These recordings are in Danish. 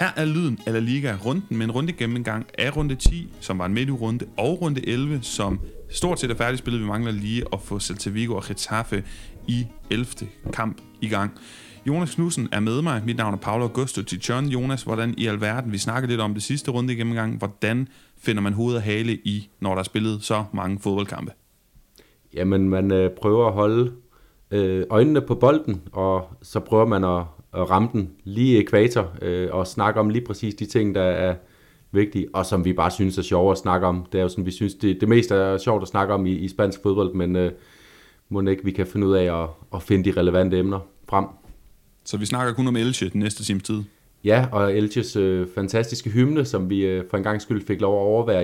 Her er lyden af La Liga-runden med en rundegennemgang af runde 10, som var en midtugrunde, og runde 11, som stort set er færdigspillet. Vi mangler lige at få Celta Vigo og Getafe i 11. kamp i gang. Jonas Knudsen er med mig. Mit navn er Paolo Augusto Tichon. Jonas, hvordan i alverden? Vi snakkede lidt om det sidste runde gennemgang. Hvordan finder man hoved og hale i, når der er spillet så mange fodboldkampe? Jamen, man prøver at holde øjnene på bolden, og så prøver man at ramme den lige i ekvator, og snakke om lige præcis de ting, der er vigtige, og som vi bare synes er sjovere at snakke om. Det er jo sådan, vi synes, det meste er sjovt at snakke om i spansk fodbold, men må ikke vi kan finde ud af at finde de relevante emner frem. Så vi snakker kun om Elche den næste times tid? Ja, og Elches fantastiske hymne, som vi for en gang skyld fik lov at overvære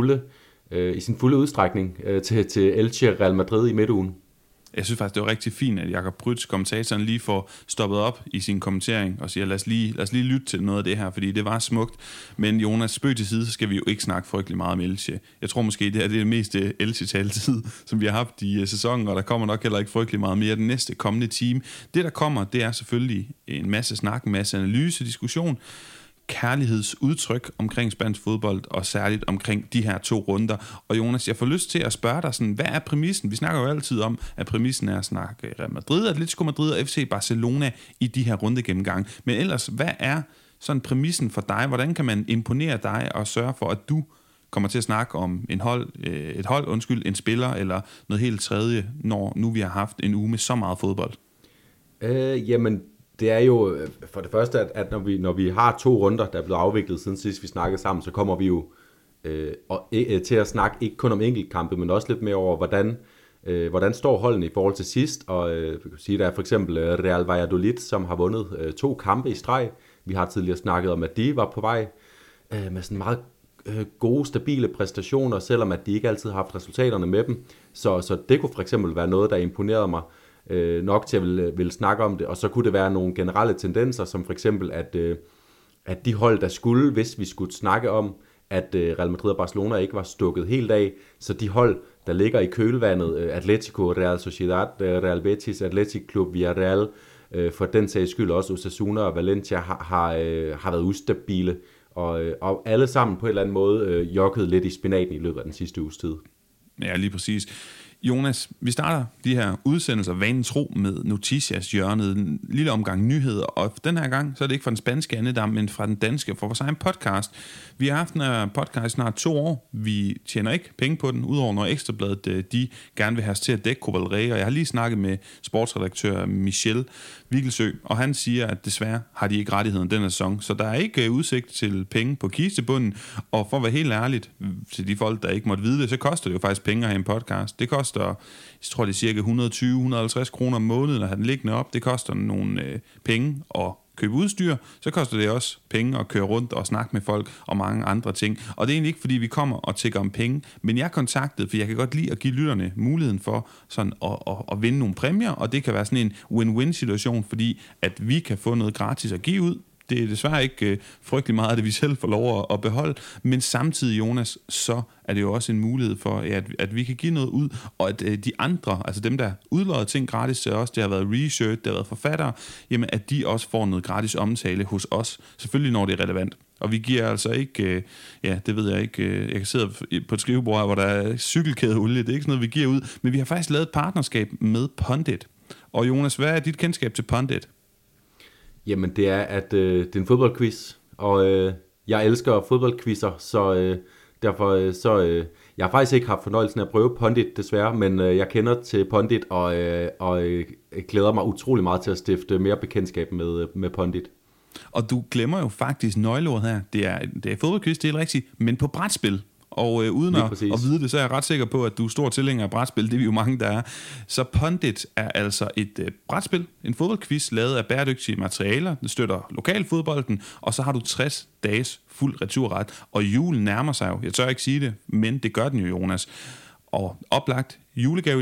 i sin fulde udstrækning til Elche Real Madrid i midtugen. Jeg synes faktisk, det var rigtig fint, at Jakob Brütz, kommentatoren, lige får stoppet op i sin kommentering og siger, lad os lige lytte til noget af det her, fordi det var smukt. Men Jonas, spøg til side, så skal vi jo ikke snakke frygtelig meget om Elche. Jeg tror måske, det er det meste Elche-taletid, som vi har haft i sæsonen, og der kommer nok heller ikke frygtelig meget mere den næste kommende time. Det, der kommer, det er selvfølgelig en masse snak, en masse analyse, diskussion, kærlighedsudtryk omkring spansk fodbold, og særligt omkring de her 2 runder. Og Jonas, jeg får lyst til at spørge dig sådan, hvad er præmissen? Vi snakker jo altid om, at præmissen er at snakke Real Madrid, Atletico Madrid og FC Barcelona i de her rundegennemgange. Men ellers, hvad er sådan præmissen for dig? Hvordan kan man imponere dig og sørge for, at du kommer til at snakke om en spiller eller noget helt tredje, når nu vi har haft en uge med så meget fodbold? Jamen, det er jo for det første, at når vi har 2 runder, der er blevet afviklet siden sidst vi snakkede sammen, så kommer vi jo til at snakke ikke kun om enkeltkampe, men også lidt mere over, hvordan står holdene i forhold til sidst. Og vi kan sige, der er for eksempel Real Valladolid, som har vundet 2 kampe i streg. Vi har tidligere snakket om, at de var på vej med sådan meget gode, stabile præstationer, selvom at de ikke altid har haft resultaterne med dem. Så det kunne for eksempel være noget, der imponerede mig nok til at vil snakke om det, og så kunne det være nogle generelle tendenser, som for eksempel, at de hold, der skulle, hvis vi skulle snakke om, at Real Madrid og Barcelona ikke var stukket helt af, så de hold, der ligger i kølvandet, Atletico, Real Sociedad, Real Betis, Athletic Club, Villarreal, for den sags skyld også Osasuna og Valencia, har været ustabile, og alle sammen på en eller anden måde jokket lidt i spinaten i løbet af den sidste uges tid. Ja, lige præcis. Jonas, vi starter de her udsendelser vanen tro med Noticias hjørnet, en lille omgang nyheder, og den her gang, så er det ikke fra den spanske andedam, men fra den danske, for vores egen podcast. Vi har haft en podcast snart 2 år. Vi tjener ikke penge på den, udover når Ekstrabladet de gerne vil have os til at dække Copa del Rey, og jeg har lige snakket med sportsredaktør Michel Vigelsø, og han siger, at desværre har de ikke rettigheden denne sæson, så der er ikke udsigt til penge på kistebunden, og for at være helt ærligt til de folk, der ikke måtte vide det, så koster det jo faktisk penge at have en podcast. Det koster, jeg tror det er cirka 120-150 kroner om måneden at have den liggende op. Det koster nogle penge at købe udstyr, så koster det også penge at køre rundt og snakke med folk og mange andre ting. Og det er egentlig ikke, fordi vi kommer og tigger om penge, men jeg er kontaktet, for jeg kan godt lide at give lytterne muligheden for sådan at vinde nogle præmier, og det kan være sådan en win-win situation, fordi at vi kan få noget gratis at give ud. Det er desværre ikke frygtelig meget af det, vi selv får lov at beholde, men samtidig, Jonas, så er det jo også en mulighed for, at vi kan give noget ud, og at de andre, altså dem, der udlodder ting gratis til os, det har været research, det har været forfattere, jamen at de også får noget gratis omtale hos os, selvfølgelig når det er relevant. Og vi giver altså ikke, det ved jeg ikke, jeg kan sidde på et skrivebord her, hvor der er cykelkædeolie, det er ikke sådan noget, vi giver ud, men vi har faktisk lavet et partnerskab med Pundit. Og Jonas, hvad er dit kendskab til Pundit? Jamen det er, at det er en fodboldquiz, og jeg elsker fodboldquizzer, så derfor jeg har faktisk ikke haft fornøjelsen af at prøve Pundit desværre, men jeg kender til Pundit og glæder mig utrolig meget til at stifte mere bekendtskab med Pundit. Og du glemmer jo faktisk nøgleordet her. Det er fodboldquiz, det er rigtigt, men på brætspil. Og uden at vide det, så er jeg ret sikker på, at du er stor tilhænger af brætspil. Det er vi jo mange, der er. Så Pundit er altså et brætspil, en fodboldquiz, lavet af bæredygtige materialer. Den støtter lokalfodbolden, og så har du 60 dages fuld returret. Og julen nærmer sig jo. Jeg tør ikke sige det, men det gør den jo, Jonas. Og oplagt julegaveidé,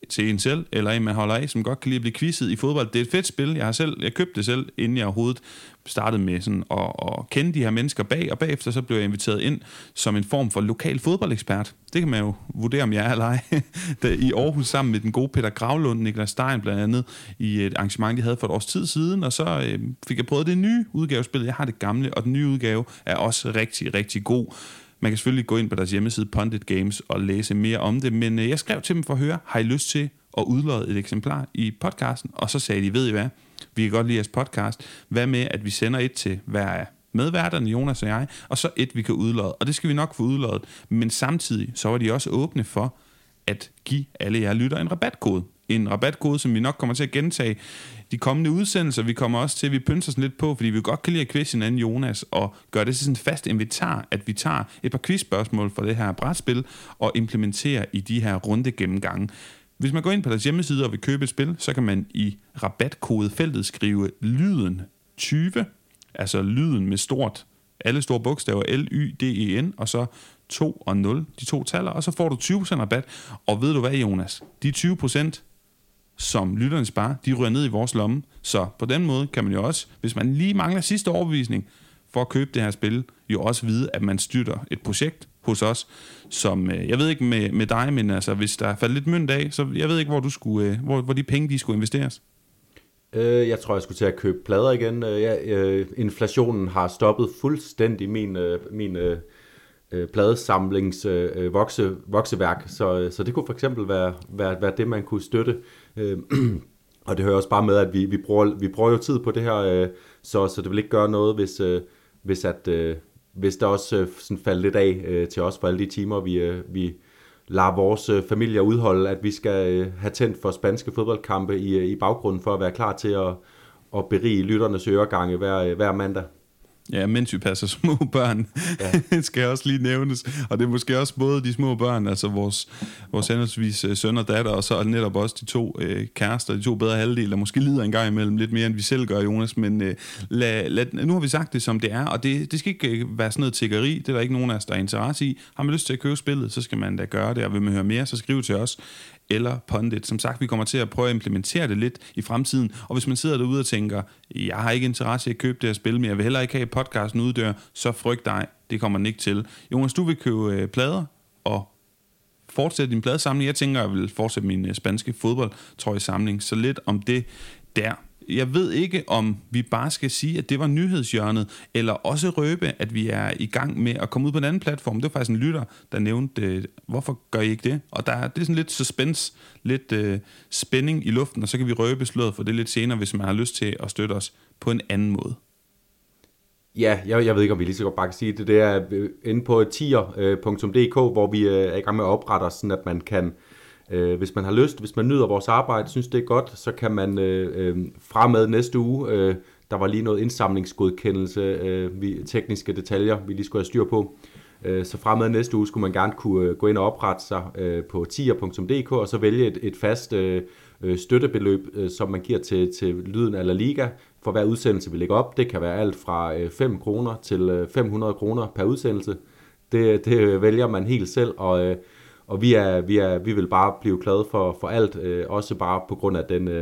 til en selv, eller en man holder af, som godt kan lide at blive quizzet i fodbold. Det er et fedt spil. Jeg købte det selv, inden jeg overhovedet startede med sådan at kende de her mennesker bag, og bagefter så blev jeg inviteret ind som en form for lokal fodboldekspert. Det kan man jo vurdere, om jeg er eller ej. I Aarhus sammen med den gode Peter Gravlund, Niklas Stein blandt andet, i et arrangement, de havde for et års tid siden, og så fik jeg prøvet det nye udgavespil. Jeg har det gamle, og den nye udgave er også rigtig, rigtig god. Man kan selvfølgelig gå ind på deres hjemmeside Pundit Games og læse mere om det, men jeg skrev til dem for at høre, har I lyst til at udlodde et eksemplar i podcasten? Og så sagde de, ved I hvad, vi kan godt lide jeres podcast. Hvad med, at vi sender et til hver af medværterne, Jonas og jeg, og så et, vi kan udlodde. Og det skal vi nok få udloddet. Men samtidig, så var de også åbne for at give alle jer lytter en rabatkode. En rabatkode, som vi nok kommer til at gentage de kommende udsendelser. Vi kommer også til, at vi pynser sådan lidt på, fordi vi godt kan lide at quizze hinanden, Jonas, og gøre det til sådan en fast invitar, at vi tager et par quizspørgsmål fra det her brætspil og implementerer i de her runde gennemgange. Hvis man går ind på deres hjemmeside og vil købe et spil, så kan man i rabatkodefeltet skrive lyden 20, altså lyden med stort, alle store bogstaver, LYDEN, og så 2 og 0, de to taller, og så får du 20% rabat. Og ved du hvad, Jonas? De 20%, som lytterne sparer, de ryger ned i vores lomme. Så på den måde kan man jo også, hvis man lige mangler sidste overbevisning for at købe det her spil, jo også vide, at man støtter et projekt hos os, som, jeg ved ikke med dig, men altså, hvis der er faldet lidt mønt af, så jeg ved ikke, hvor de penge, de skulle investeres. Jeg tror, jeg skulle til at købe plader igen. Inflationen har stoppet fuldstændig min pladesamlings vokseværk, så det kunne for eksempel være det, man kunne støtte. Og det hører også bare med, at vi bruger jo tid på det her, så det vil ikke gøre noget, hvis der også sådan falder lidt af til os for alle de timer, vi lader vores familier udholde, at vi skal have tændt for spanske fodboldkampe i baggrunden for at være klar til at berige lytternes øregange hver mandag. Ja, mens vi passer små børn, ja. Skal også lige nævnes. Og det er måske også både de små børn, altså vores henholdsvis søn og datter, og så netop også de to kærester, de to bedre halvdele, der måske lider en gang imellem lidt mere, end vi selv gør, Jonas. Men nu har vi sagt det, som det er, og det skal ikke være sådan noget tiggeri. Det er der ikke nogen af os, der er interesse i. Har man lyst til at købe spillet, så skal man da gøre det, og vil man høre mere, så skriv til os. Eller Pundit. Som sagt, vi kommer til at prøve at implementere det lidt i fremtiden. Og hvis man sidder derude og tænker, jeg har ikke interesse i at købe det her spil, men jeg vil heller ikke have podcasten uddør, så frygt dig, det kommer den ikke til. Jonas, du vil købe plader og fortsætte din pladesamling. Jeg tænker, jeg vil fortsætte min spanske fodboldtrøjesamling. Så lidt om det der. Jeg ved ikke, om vi bare skal sige, at det var nyhedshjørnet, eller også røbe, at vi er i gang med at komme ud på en anden platform. Det var faktisk en lytter, der nævnte, hvorfor gør I ikke det? Og det er sådan lidt suspense, lidt spænding i luften, og så kan vi røbe sløret for det lidt senere, hvis man har lyst til at støtte os på en anden måde. Ja, jeg ved ikke, om vi lige så godt bare kan sige det. Det er inde på tier.dk, hvor vi er i gang med at oprette os, sådan at man kan, hvis man har lyst, hvis man nyder vores arbejde, synes det er godt, så kan man fra med næste uge, der var lige noget indsamlingsgodkendelse, tekniske detaljer, vi lige skulle have styr på. Så fra med næste uge skulle man gerne kunne gå ind og oprette sig på tier.dk, og så vælge et fast støttebeløb, som man giver til Lyden af La Liga for hver udsendelse, vi lægger op. Det kan være alt fra 5 kroner til 500 kroner per udsendelse. Det vælger man helt selv, og vi vil bare blive glade for alt, også bare på grund af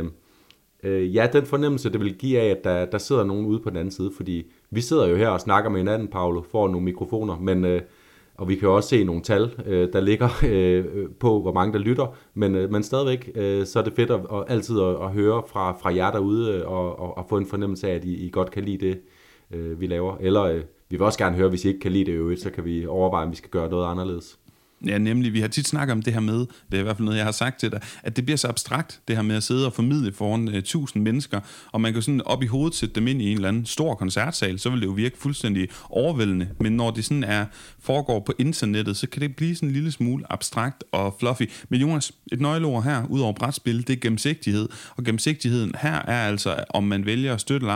den fornemmelse, det vil give af, at der sidder nogen ude på den anden side, fordi vi sidder jo her og snakker med hinanden, Paolo, får nogle mikrofoner, men og vi kan jo også se nogle tal, der ligger på, hvor mange der lytter, men stadigvæk, så er det fedt altid at høre fra jer derude, og få en fornemmelse af, at I godt kan lide det, vi laver. Eller vi vil også gerne høre, hvis I ikke kan lide det øvrigt, så kan vi overveje, om vi skal gøre noget anderledes. Ja, nemlig, vi har tit snakket om det her med, det er i hvert fald noget, jeg har sagt til dig, at det bliver så abstrakt, det her med at sidde og formidle foran 1000 mennesker, og man kan sådan op i hovedet sætte dem ind i en eller anden stor koncertsal, så vil det jo virke fuldstændig overvældende, men når det sådan foregår på internettet, så kan det blive sådan en lille smule abstrakt og fluffy. Men Jonas, et nøgleord her, ud over brætspil, det er gennemsigtighed, og gennemsigtigheden her er altså, om man vælger at støtte eller ej,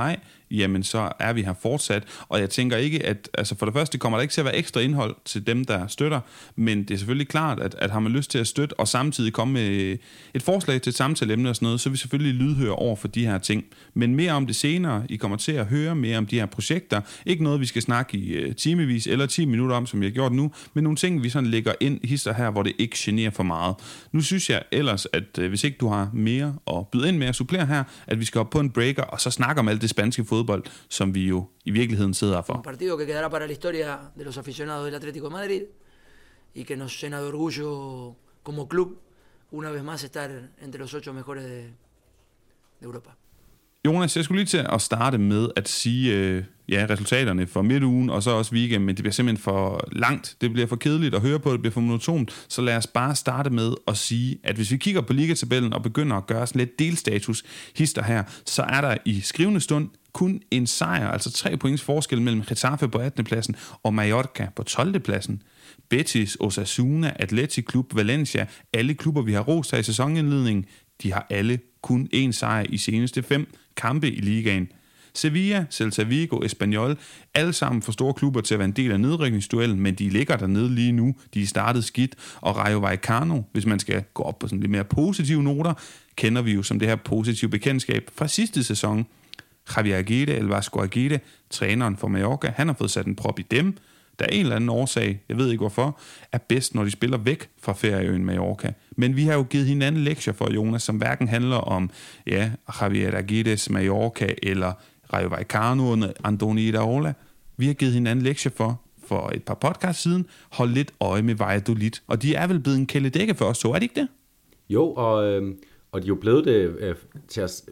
jamen så er vi her fortsat. Og jeg tænker ikke, at altså for det første kommer der ikke til at være ekstra indhold til dem, der støtter, men det er selvfølgelig klart, at har man lyst til at støtte, og samtidig komme med et forslag til et samtaleemne og sådan noget, så er vi selvfølgelig lydhøre over for de her ting. Men mere om det senere. I kommer til at høre mere om de her projekter. Ikke noget, vi skal snakke i timevis eller 10 minutter om, som vi har gjort nu, men nogle ting, vi sådan lægger ind hister her, hvor det ikke generer for meget. Nu synes jeg ellers, at hvis ikke du har mere at byde ind med at supplere her, at vi skal op på en breaker, og så snakke om alt det spanske fodbold, som vi jo i virkeligheden sidder for. Un partido que quedará para la historia de los aficionados del Atlético de Madrid y que nos llena de orgullo como club una vez más estar entre los 8 mejores de Europa. Jonas, jeg skulle lige til at starte med at sige resultaterne for midtugen og så også weekend, men det bliver simpelthen for langt. Det bliver for kedeligt at høre på, det bliver for monotont. Så lad os bare starte med at sige, at hvis vi kigger på ligatabellen og begynder at gøre sådan lidt delstatus hister her, så er der i skrivende stund kun en sejr, altså 3 points forskel mellem Getafe på 18. pladsen og Mallorca på 12. pladsen. Betis, Osasuna, Athletic Club, Valencia, alle klubber, vi har rost her i sæsonindledningen, de har alle kun én sejr i seneste 5 kampe i ligaen. Sevilla, Celta Vigo, Espanyol, alle sammen for store klubber til at være en del af nedrykningsduellen, men de ligger dernede lige nu. De er startet skidt, og Rayo Vallecano, hvis man skal gå op på sådan lidt mere positive noter, kender vi jo som det her positive bekendtskab fra sidste sæson. Javier Aguirre, El Vasco Aguirre, træneren for Mallorca, han har fået sat en prop i dem, der er en eller anden årsag, jeg ved ikke hvorfor, er bedst, når de spiller væk fra ferieøen Mallorca. Men vi har jo givet hinanden lektier for, Jonas, som hverken handler om Javier Aguirres Mallorca eller Rayo Vallecano og Andoni Iraola. Vi har givet hinanden lektier for et par podcast siden. Hold lidt øje med Valladolid. Og de er vel blevet en kæledække for os, så er det ikke det? Jo, og de er jo blevet det til os,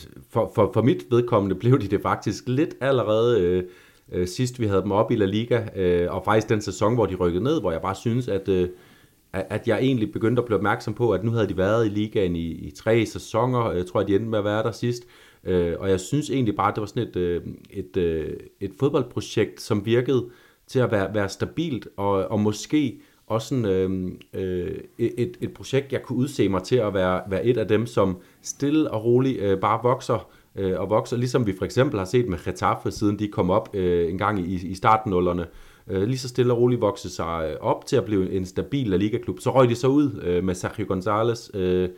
for mit vedkommende blev de det faktisk lidt allerede sidst vi havde dem op i La Liga, og faktisk den sæson, hvor de rykkede ned, hvor jeg bare synes, at jeg egentlig begyndte at blive opmærksom på, at nu havde de været i ligaen i 3 sæsoner, jeg tror, at de endte med at være der sidst, og jeg synes egentlig bare, at det var sådan et fodboldprojekt, som virkede til at være stabilt, og måske også sådan, et projekt, jeg kunne udse mig til at være et af dem, som stille og roligt bare vokser, ligesom vi for eksempel har set med Getafe, siden de kom op en gang i starten-nullerne, lige så stille og roligt vokse sig op til at blive en stabil La Liga-klub. Så røg de så ud med Sergio González,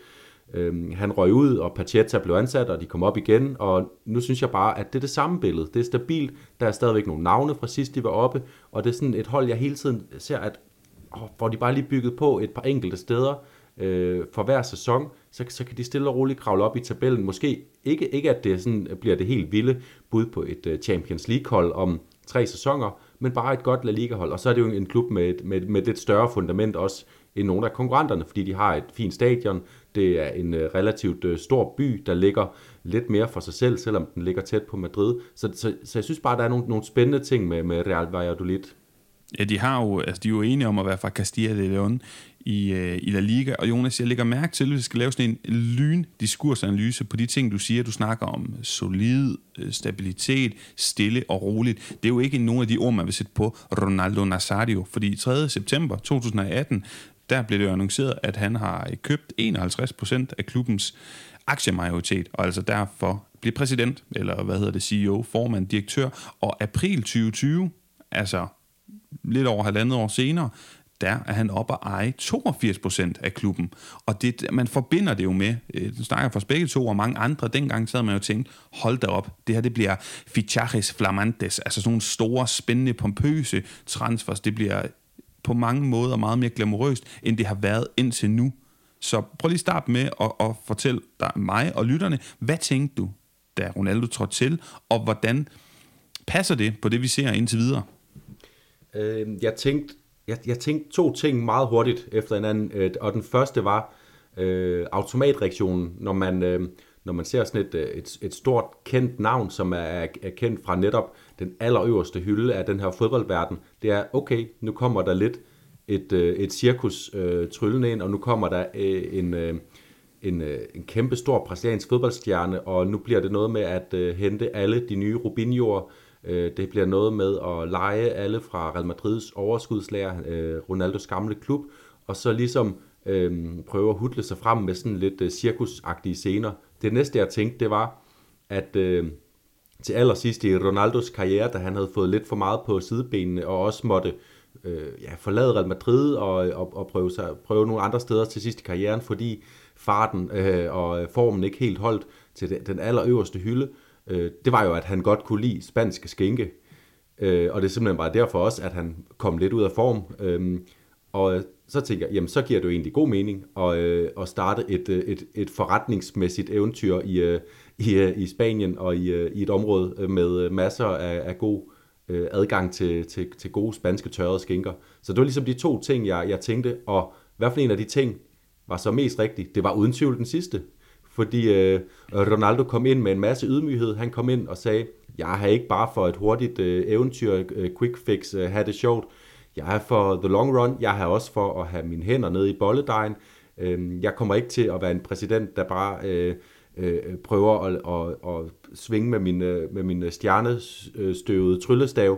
han røg ud, og Pacheta blev ansat, og de kom op igen, og nu synes jeg bare, at det er det samme billede. Det er stabilt, der er stadigvæk nogle navne fra sidst, de var oppe, og det er sådan et hold, jeg hele tiden ser, at hvor de bare lige bygget på et par enkelte steder for hver sæson, så kan de stille og roligt kravle op i tabellen. Måske ikke at det sådan, bliver det helt vilde bud på et Champions League-hold om 3 sæsoner, men bare et godt La Liga-hold. Og så er det jo en klub med et større fundament også end nogle af konkurrenterne, fordi de har et fint stadion. Det er en relativt stor by, der ligger lidt mere for sig selv, selvom den ligger tæt på Madrid. Så jeg synes bare, der er nogle spændende ting med Real Valladolid. Ja, de har jo, altså de er jo enige om at være fra Castilla de León i La Liga, og Jonas, jeg lægger mærke til, at vi skal lave sådan en lyndiskursanalyse på de ting, du siger, du snakker om solid, stabilitet, stille og roligt. Det er jo ikke nogen af de ord, man vil sætte på Ronaldo Nazario, fordi 3. september 2018, der blev det jo annonceret, at han har købt 51% af klubbens aktiemajoritet, og altså derfor bliver præsident, eller CEO, formand, direktør, og april 2020, altså lidt over 1,5 år senere, der er han oppe at eje 82% af klubben. Og det, man forbinder det jo med, du snakker for begge to og mange andre, dengang sad man jo tænkt, hold da op, det her det bliver fichajes flamantes, altså sådan nogle store, spændende, pompøse transfers, det bliver på mange måder meget mere glamourøst, end det har været indtil nu. Så prøv lige at starte med at fortælle dig, mig og lytterne, hvad tænkte du, da Ronaldo trådte til, og hvordan passer det på det, vi ser indtil videre? Jeg tænkte 2 ting meget hurtigt efter hinanden, og den første var automatreaktionen, når man ser sådan et stort kendt navn, som er kendt fra netop den allerøverste hylde af den her fodboldverden. Det er, okay, nu kommer der lidt et cirkus tryllende ind, og nu kommer der en kæmpe stor brasiliansk fodboldstjerne, og nu bliver det noget med at hente alle de nye Robinho'er. Det bliver noget med at lege alle fra Real Madrids overskudslager, Ronaldos gamle klub, og så ligesom prøve at hudle sig frem med sådan lidt cirkusagtige scener. Det næste, jeg tænkte, det var, at til allersidst i Ronaldos karriere, da han havde fået lidt for meget på sidebenene, og også måtte forlade Real Madrid og prøve nogle andre steder til sidst i karrieren, fordi farten og formen ikke helt holdt til den allerøverste hylde. Det var jo, at han godt kunne lide spansk skinke, og det er simpelthen bare derfor også, at han kom lidt ud af form. Og så tænker jeg, jamen så giver det jo egentlig god mening at starte et forretningsmæssigt eventyr i Spanien og i et område med masser af god adgang til gode spanske tørrede skinker. Så det var ligesom de to ting, jeg tænkte, og i hvert fald en af de ting var så mest rigtigt. Det var uden tvivl den sidste, fordi Ronaldo kom ind med en masse ydmyghed. Han kom ind og sagde, jeg er ikke bare for et hurtigt eventyr, quick fix, have det sjovt. Jeg er for the long run. Jeg er også for at have mine hænder nede i bolledejen. Jeg kommer ikke til at være en præsident, der bare prøver at svinge med min stjernestøvede tryllestav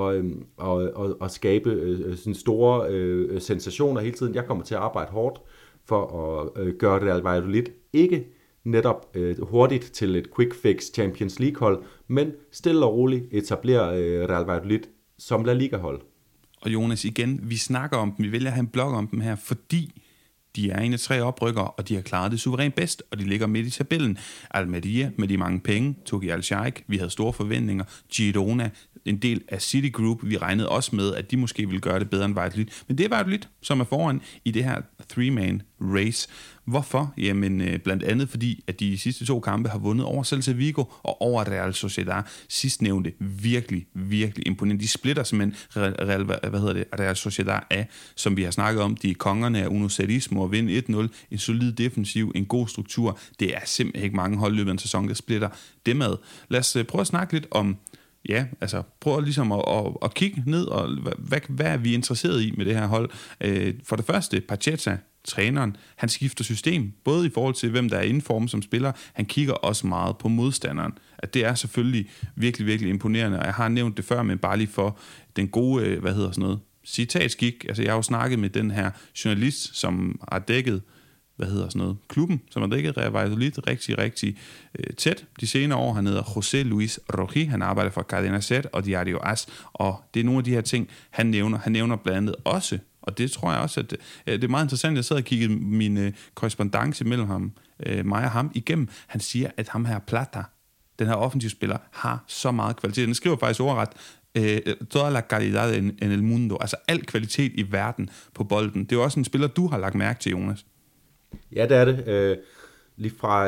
og skabe sådan store sensationer hele tiden. Jeg kommer til at arbejde hårdt for at gøre Real Valladolid ikke netop hurtigt til et quick fix Champions League hold, men stille og roligt etablere Real Valladolid som La Liga hold. Og Jonas, igen, vi snakker om dem, vi vælger at have en blog om dem her, fordi de er en af 3 oprykkere, og de har klaret det suverænt bedst, og de ligger midt i tabellen. Almeria med de mange penge, Turki Al-Sheikh, vi havde store forventninger, Girona, en del af City Group, vi regnede også med, at de måske ville gøre det bedre end Valladolid. Men det er Valladolid, som er foran i det her 3-man race. Hvorfor? Jamen blandt andet fordi, at de sidste 2 kampe har vundet over Celta Vigo og over Real Sociedad. Sidstnævnte virkelig, virkelig imponerende. De splitter simpelthen Real Sociedad af, som vi har snakket om. De er kongerne af unocerismo og vinde 1-0. En solid defensiv, en god struktur. Det er simpelthen ikke mange hold i løbet af en sæson, der splitter dem ad. Lad os prøve at snakke lidt om, ja, altså prøv ligesom at kigge ned, og hvad er vi interesseret i med det her hold? For det første, Pacheta, træneren, han skifter system, både i forhold til, hvem der er i form som spiller. Han kigger også meget på modstanderen. At det er selvfølgelig virkelig, virkelig imponerende, og jeg har nævnt det før, men bare lige for den gode, citatskik. Altså, jeg har jo snakket med den her journalist, som har dækket, klubben, som har dækket Real Valladolid rigtig, rigtig tæt de senere år. Han hedder José Luis Rojí, han arbejder for Cadena Ser og Diario AS, og det er nogle af de her ting, han nævner. Han nævner blandt andet også, og det tror jeg også, at det er meget interessant. Jeg sad og kiggede min korrespondance mellem mig og ham igennem. Han siger, at ham her Plata, den her offensivspiller, har så meget kvalitet. Den skriver faktisk ordret, toda la calidad en el mundo, altså al kvalitet i verden på bolden. Det er jo også en spiller, du har lagt mærke til, Jonas. Ja, det er det. Lige fra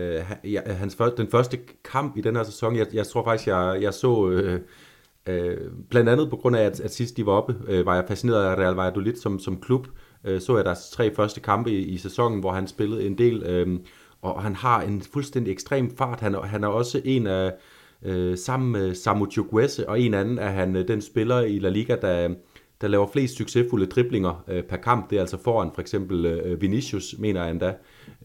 den første kamp i den her sæson, jeg tror faktisk, jeg så, blandt andet på grund af, at sidst de var oppe, var jeg fascineret af Real Valladolid som klub. Så jeg deres 3 første kampe i sæsonen, hvor han spillede en del, og han har en fuldstændig ekstrem fart. Han er også en af, sammen med Samu Chukwueze, og en anden er han den spiller i La Liga, der laver flest succesfulde driblinger per kamp. Det er altså foran for eksempel Vinicius, mener jeg endda.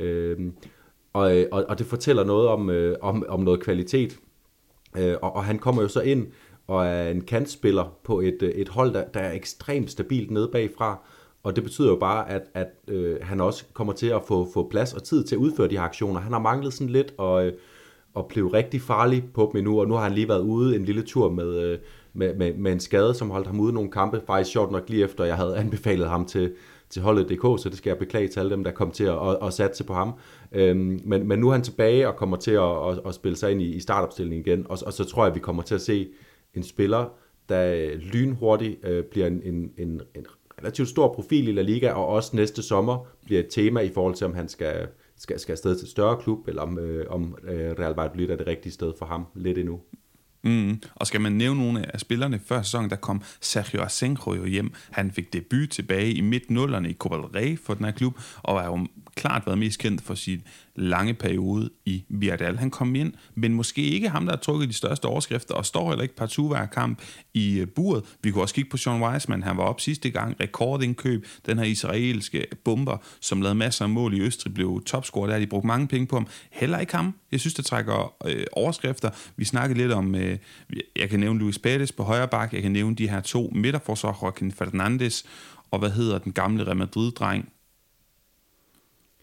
Og det fortæller noget om noget kvalitet. Og han kommer jo så ind og er en kantspiller på et hold, der er ekstremt stabilt nede bagfra. Og det betyder jo bare, at han også kommer til at få plads og tid til at udføre de her aktioner. Han har manglet sådan lidt og blev rigtig farlig på dem endnu, og nu har han lige været ude en lille tur med en skade, som holdt ham ude nogle kampe. Faktisk sjovt nok lige efter, jeg havde anbefalet ham til holdet.dk, så det skal jeg beklage til alle dem, der kom til at satse på ham. Men nu er han tilbage og kommer til at spille sig ind i startopstillingen igen, og så tror jeg, at vi kommer til at se en spiller, der lynhurtigt bliver en relativt stor profil i La Liga, og også næste sommer bliver et tema i forhold til, om han skal afsted til et større klub, eller om Real Valladolid er det rigtige sted for ham lidt endnu. Og skal man nævne nogle af spillerne før sæsonen, der kom Sergio Asenjo jo hjem. Han fik debut tilbage i midt-nullerne i Copa del Rey for den her klub, og er jo klart været mest kendt for sin lange periode i Villarreal. Han kom ind, men måske ikke ham, der har trukket de største overskrifter, og står heller ikke partout hver kamp i buret. Vi kunne også kigge på Sean Weissman, han var op sidste gang, rekordindkøb, den her israelske bomber, som lavede masser af mål i Østrig, blev topscorer der, de brugte mange penge på ham. Heller ikke ham. Jeg synes, det trækker overskrifter. Vi snakkede lidt om, jeg kan nævne Luis Perez på højre bak, jeg kan nævne de her 2 midterforsvar, Joaquin Fernandes, og den gamle Real Madrid-dreng,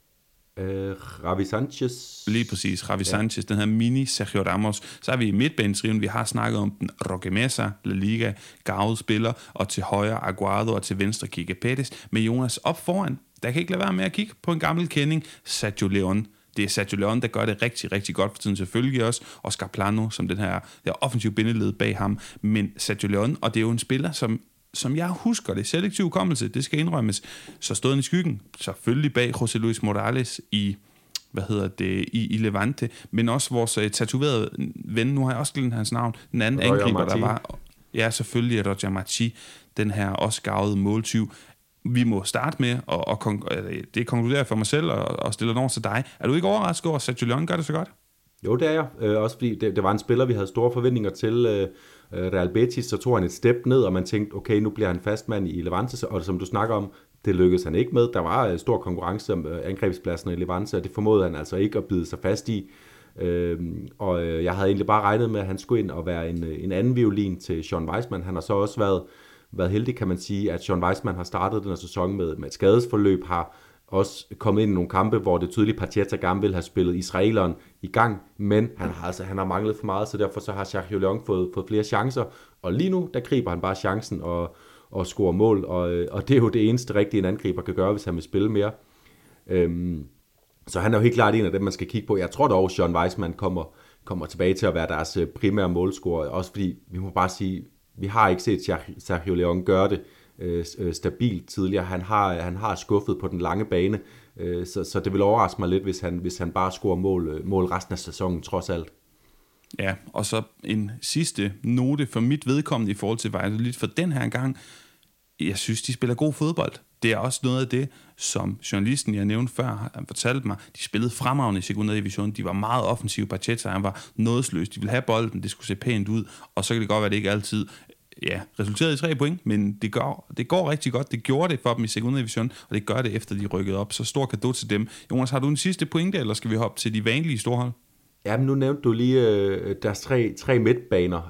Javi Sanchez. Lige præcis, Javi Sanchez, den her mini Sergio Ramos. Så er vi i midtbanetriven, vi har snakket om den, Roque Mesa, La Liga, garvet spiller, og til højre Aguado, og til venstre Quique Pérez. Med Jonas op foran, der kan ikke lade være med at kigge på en gammel kending, Sergio León. Det er Sergio León, der gør det rigtig, rigtig godt for tiden, selvfølgelig også. Oscar Plano, som den her offensiv bindeled bag ham. Men Sergio León, og det er jo en spiller, som jeg husker det, selektiv kommelse, det skal indrømmes, så stod han i skyggen, selvfølgelig bag José Luis Morales i Levante, men også vores tatoverede ven, nu har jeg også glemt hans navn, den anden angriber, der var, ja, selvfølgelig Roger Martí, den her også garvede måltyv. Vi må starte med, det konkluderer for mig selv, og stiller over til dig. Er du ikke overrasket over, at Sergio León gør det så godt? Jo, det er jeg. Også fordi det var en spiller, vi havde store forventninger til. Real Betis, så tog han et step ned, og man tænkte, okay, nu bliver han fastmand i Levante, og som du snakker om, det lykkedes han ikke med. Der var stor konkurrence om angrebspladsen i Levante, og det formåede han altså ikke at bide sig fast i. Og jeg havde egentlig bare regnet med, at han skulle ind og være en anden violin til Sean Weissman. Han har så også været heldig, kan man sige, at Sean Weissman har startet den her sæson med et skadesforløb, har også kommet ind i nogle kampe, hvor det tydeligt Paqueta gerne vil have spillet israeleren i gang, men han har manglet for meget, så derfor så har Sergio León fået flere chancer, og lige nu, der griber han bare chancen og scorer mål, og det er jo det eneste rigtige, en angriber kan gøre, hvis han vil spille mere. Så han er jo helt klart en af dem, man skal kigge på. Jeg tror dog, Sean Weissman kommer tilbage til at være deres primære målscorer, også fordi, vi må bare sige, vi har ikke set Sergio León gøre det stabilt tidligere. Han har skuffet på den lange bane, så det vil overraske mig lidt, hvis han bare scorer mål resten af sæsonen, trods alt. Ja, og så en sidste note for mit vedkommende i forhold til Valladolid for den her gang. Jeg synes, de spiller god fodbold. Det er også noget af det, som journalisten, jeg nævnte før, han fortalte mig. De spillede fremragende i Segunda Division. De var meget offensive. Paqueta, han var nådesløs. De ville have bolden, det skulle se pænt ud. Og så kan det godt være, at det ikke altid resulterede i 3 point, men det går rigtig godt. Det gjorde det for dem i Segunda Division, og det gør det efter de rykkede op. Så stor cadeau til dem. Jonas, har du en sidste pointe, eller skal vi hoppe til de vanlige storhold? Jamen, nu nævnte du lige deres tre midtbaner.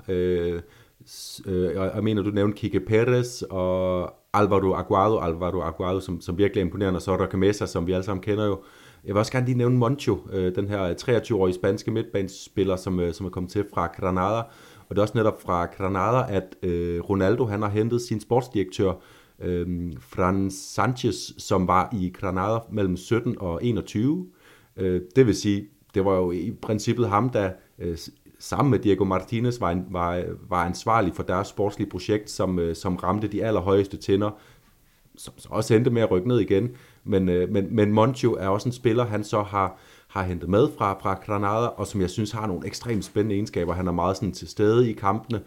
Jeg mener, du nævnte Quique Pérez og Alvaro Aguado, som virkelig er imponerende, og så Roque Mesa, som vi alle sammen kender jo. Jeg vil også gerne lige nævne Moncho, den her 23-årige spanske midtbanespiller, som er kommet til fra Granada. Og det er også netop fra Granada, at Ronaldo han har hentet sin sportsdirektør, Fran Sanchez, som var i Granada mellem 17 og 21. Det vil sige, det var jo i princippet ham, der sammen med Diego Martinez var ansvarlig for deres sportslige projekt, som ramte de allerhøjeste tænder, som så også endte med at rykke ned igen. Men Moncho er også en spiller, han så har hentet med fra Granada, og som jeg synes har nogle ekstremt spændende egenskaber. Han er meget sådan til stede i kampene.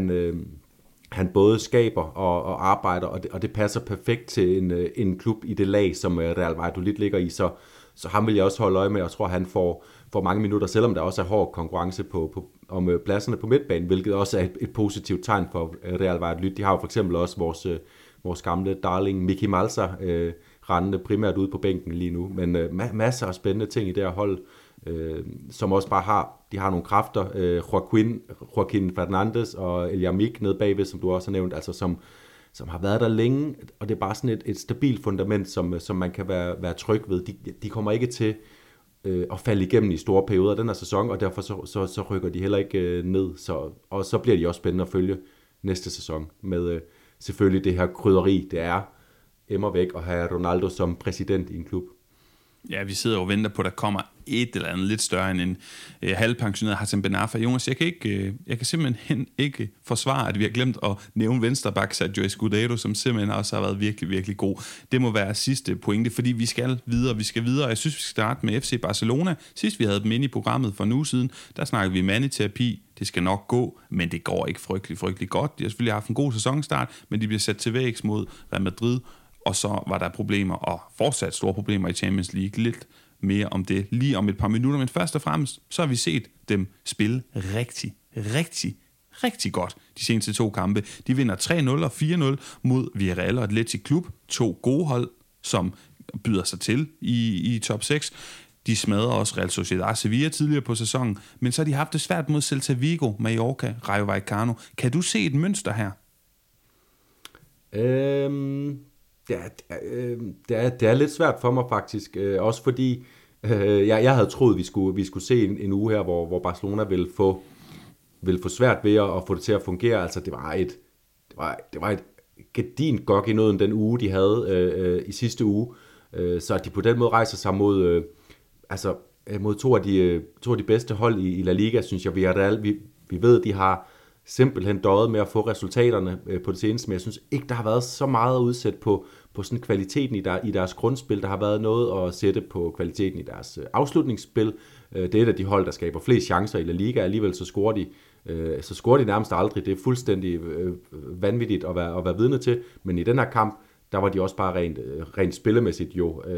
Han både skaber og arbejder, og det passer perfekt til en klub i det lag, som Real Valladolid ligger i. Så ham vil jeg også holde øje med, og tror, han får mange minutter, selvom der også er hård konkurrence om pladserne på midtbanen, hvilket også er et positivt tegn for Real Valladolid. De har jo for eksempel også vores gamle darling Miki Malsa rendende primært ude på bænken lige nu, men masser af spændende ting i det her hold, som også bare har nogle kræfter. Joaquin Fernandez og El Yamik nede bagved, som du også har nævnt, altså som har været der længe, og det er bare sådan et stabilt fundament, som man kan være tryg ved. De kommer ikke til at falde igennem i store perioder af den her sæson, og derfor så rykker de heller ikke ned. Og så bliver de også spændende at følge næste sæson med selvfølgelig det her krydderi, det er immer væk at have Ronaldo som præsident i en klub. Ja, vi sidder og venter på, at der kommer et eller andet lidt større end en halvpensioneret Hassan Ben Arfa. Jonas, jeg kan simpelthen ikke forsvare, at vi har glemt at nævne venstreback Sergio Escudero, som simpelthen også har været virkelig, virkelig god. Det må være sidste pointe, fordi vi skal videre. Jeg synes, vi skal starte med FC Barcelona. Sidst vi havde dem inde i programmet for en uge siden, der snakkede vi mandeterapi. Det skal nok gå, men det går ikke frygtelig godt. De har selvfølgelig haft en god sæsonstart, men de bliver sat til vægs mod Real Madrid. Og så var der problemer, og fortsat store problemer i Champions League. Lidt mere om det lige om et par minutter. Men først og fremmest, så har vi set dem spille rigtig godt de seneste 2 kampe. De vinder 3-0 og 4-0 mod Villarreal og Athletic Club. 2 gode hold, som byder sig til i top 6. De smadrer også Real Sociedad Sevilla tidligere på sæsonen. Men så har de haft det svært mod Celta Vigo, Mallorca, Rayo Vallecano. Kan du se et mønster her? Det er lidt svært for mig faktisk, også fordi Jeg havde troet, vi skulle se en uge her, hvor Barcelona ville få svært ved at få det til at fungere. Altså, det var et gedint gok i nåden den uge, de havde i sidste uge. Så at de på den måde rejser sig mod to af de bedste hold i La Liga, synes jeg, vi ved, de har simpelthen døjet med at få resultaterne på det seneste, men jeg synes ikke, der har været så meget at udsætte på sådan kvaliteten i deres grundspil. Der har været noget at sætte på kvaliteten i deres afslutningsspil. Det er et af de hold, der skaber flest chancer i La Liga, alligevel så scorer de nærmest aldrig. Det er fuldstændig vanvittigt at være vidne til, men i den her kamp, der var de også bare rent spillemæssigt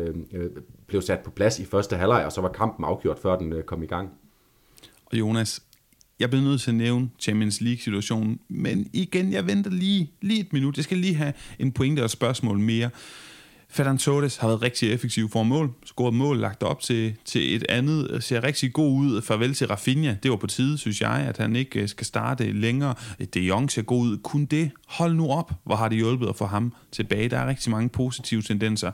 blev sat på plads i første halvleg, og så var kampen afgjort, før den kom i gang. Og Jonas, jeg bliver nødt til at nævne Champions League-situationen, men igen, jeg venter lige et minut. Jeg skal lige have en pointe og et spørgsmål mere. Ferran Torres har været rigtig effektiv for mål, scoret mål, lagt op til et andet, ser rigtig god ud. Farvel til Rafinha, det var på tide, synes jeg, at han ikke skal starte længere. De Jong ser god ud. Kun det, hold nu op, hvor har det hjulpet at få ham tilbage. Der er rigtig mange positive tendenser.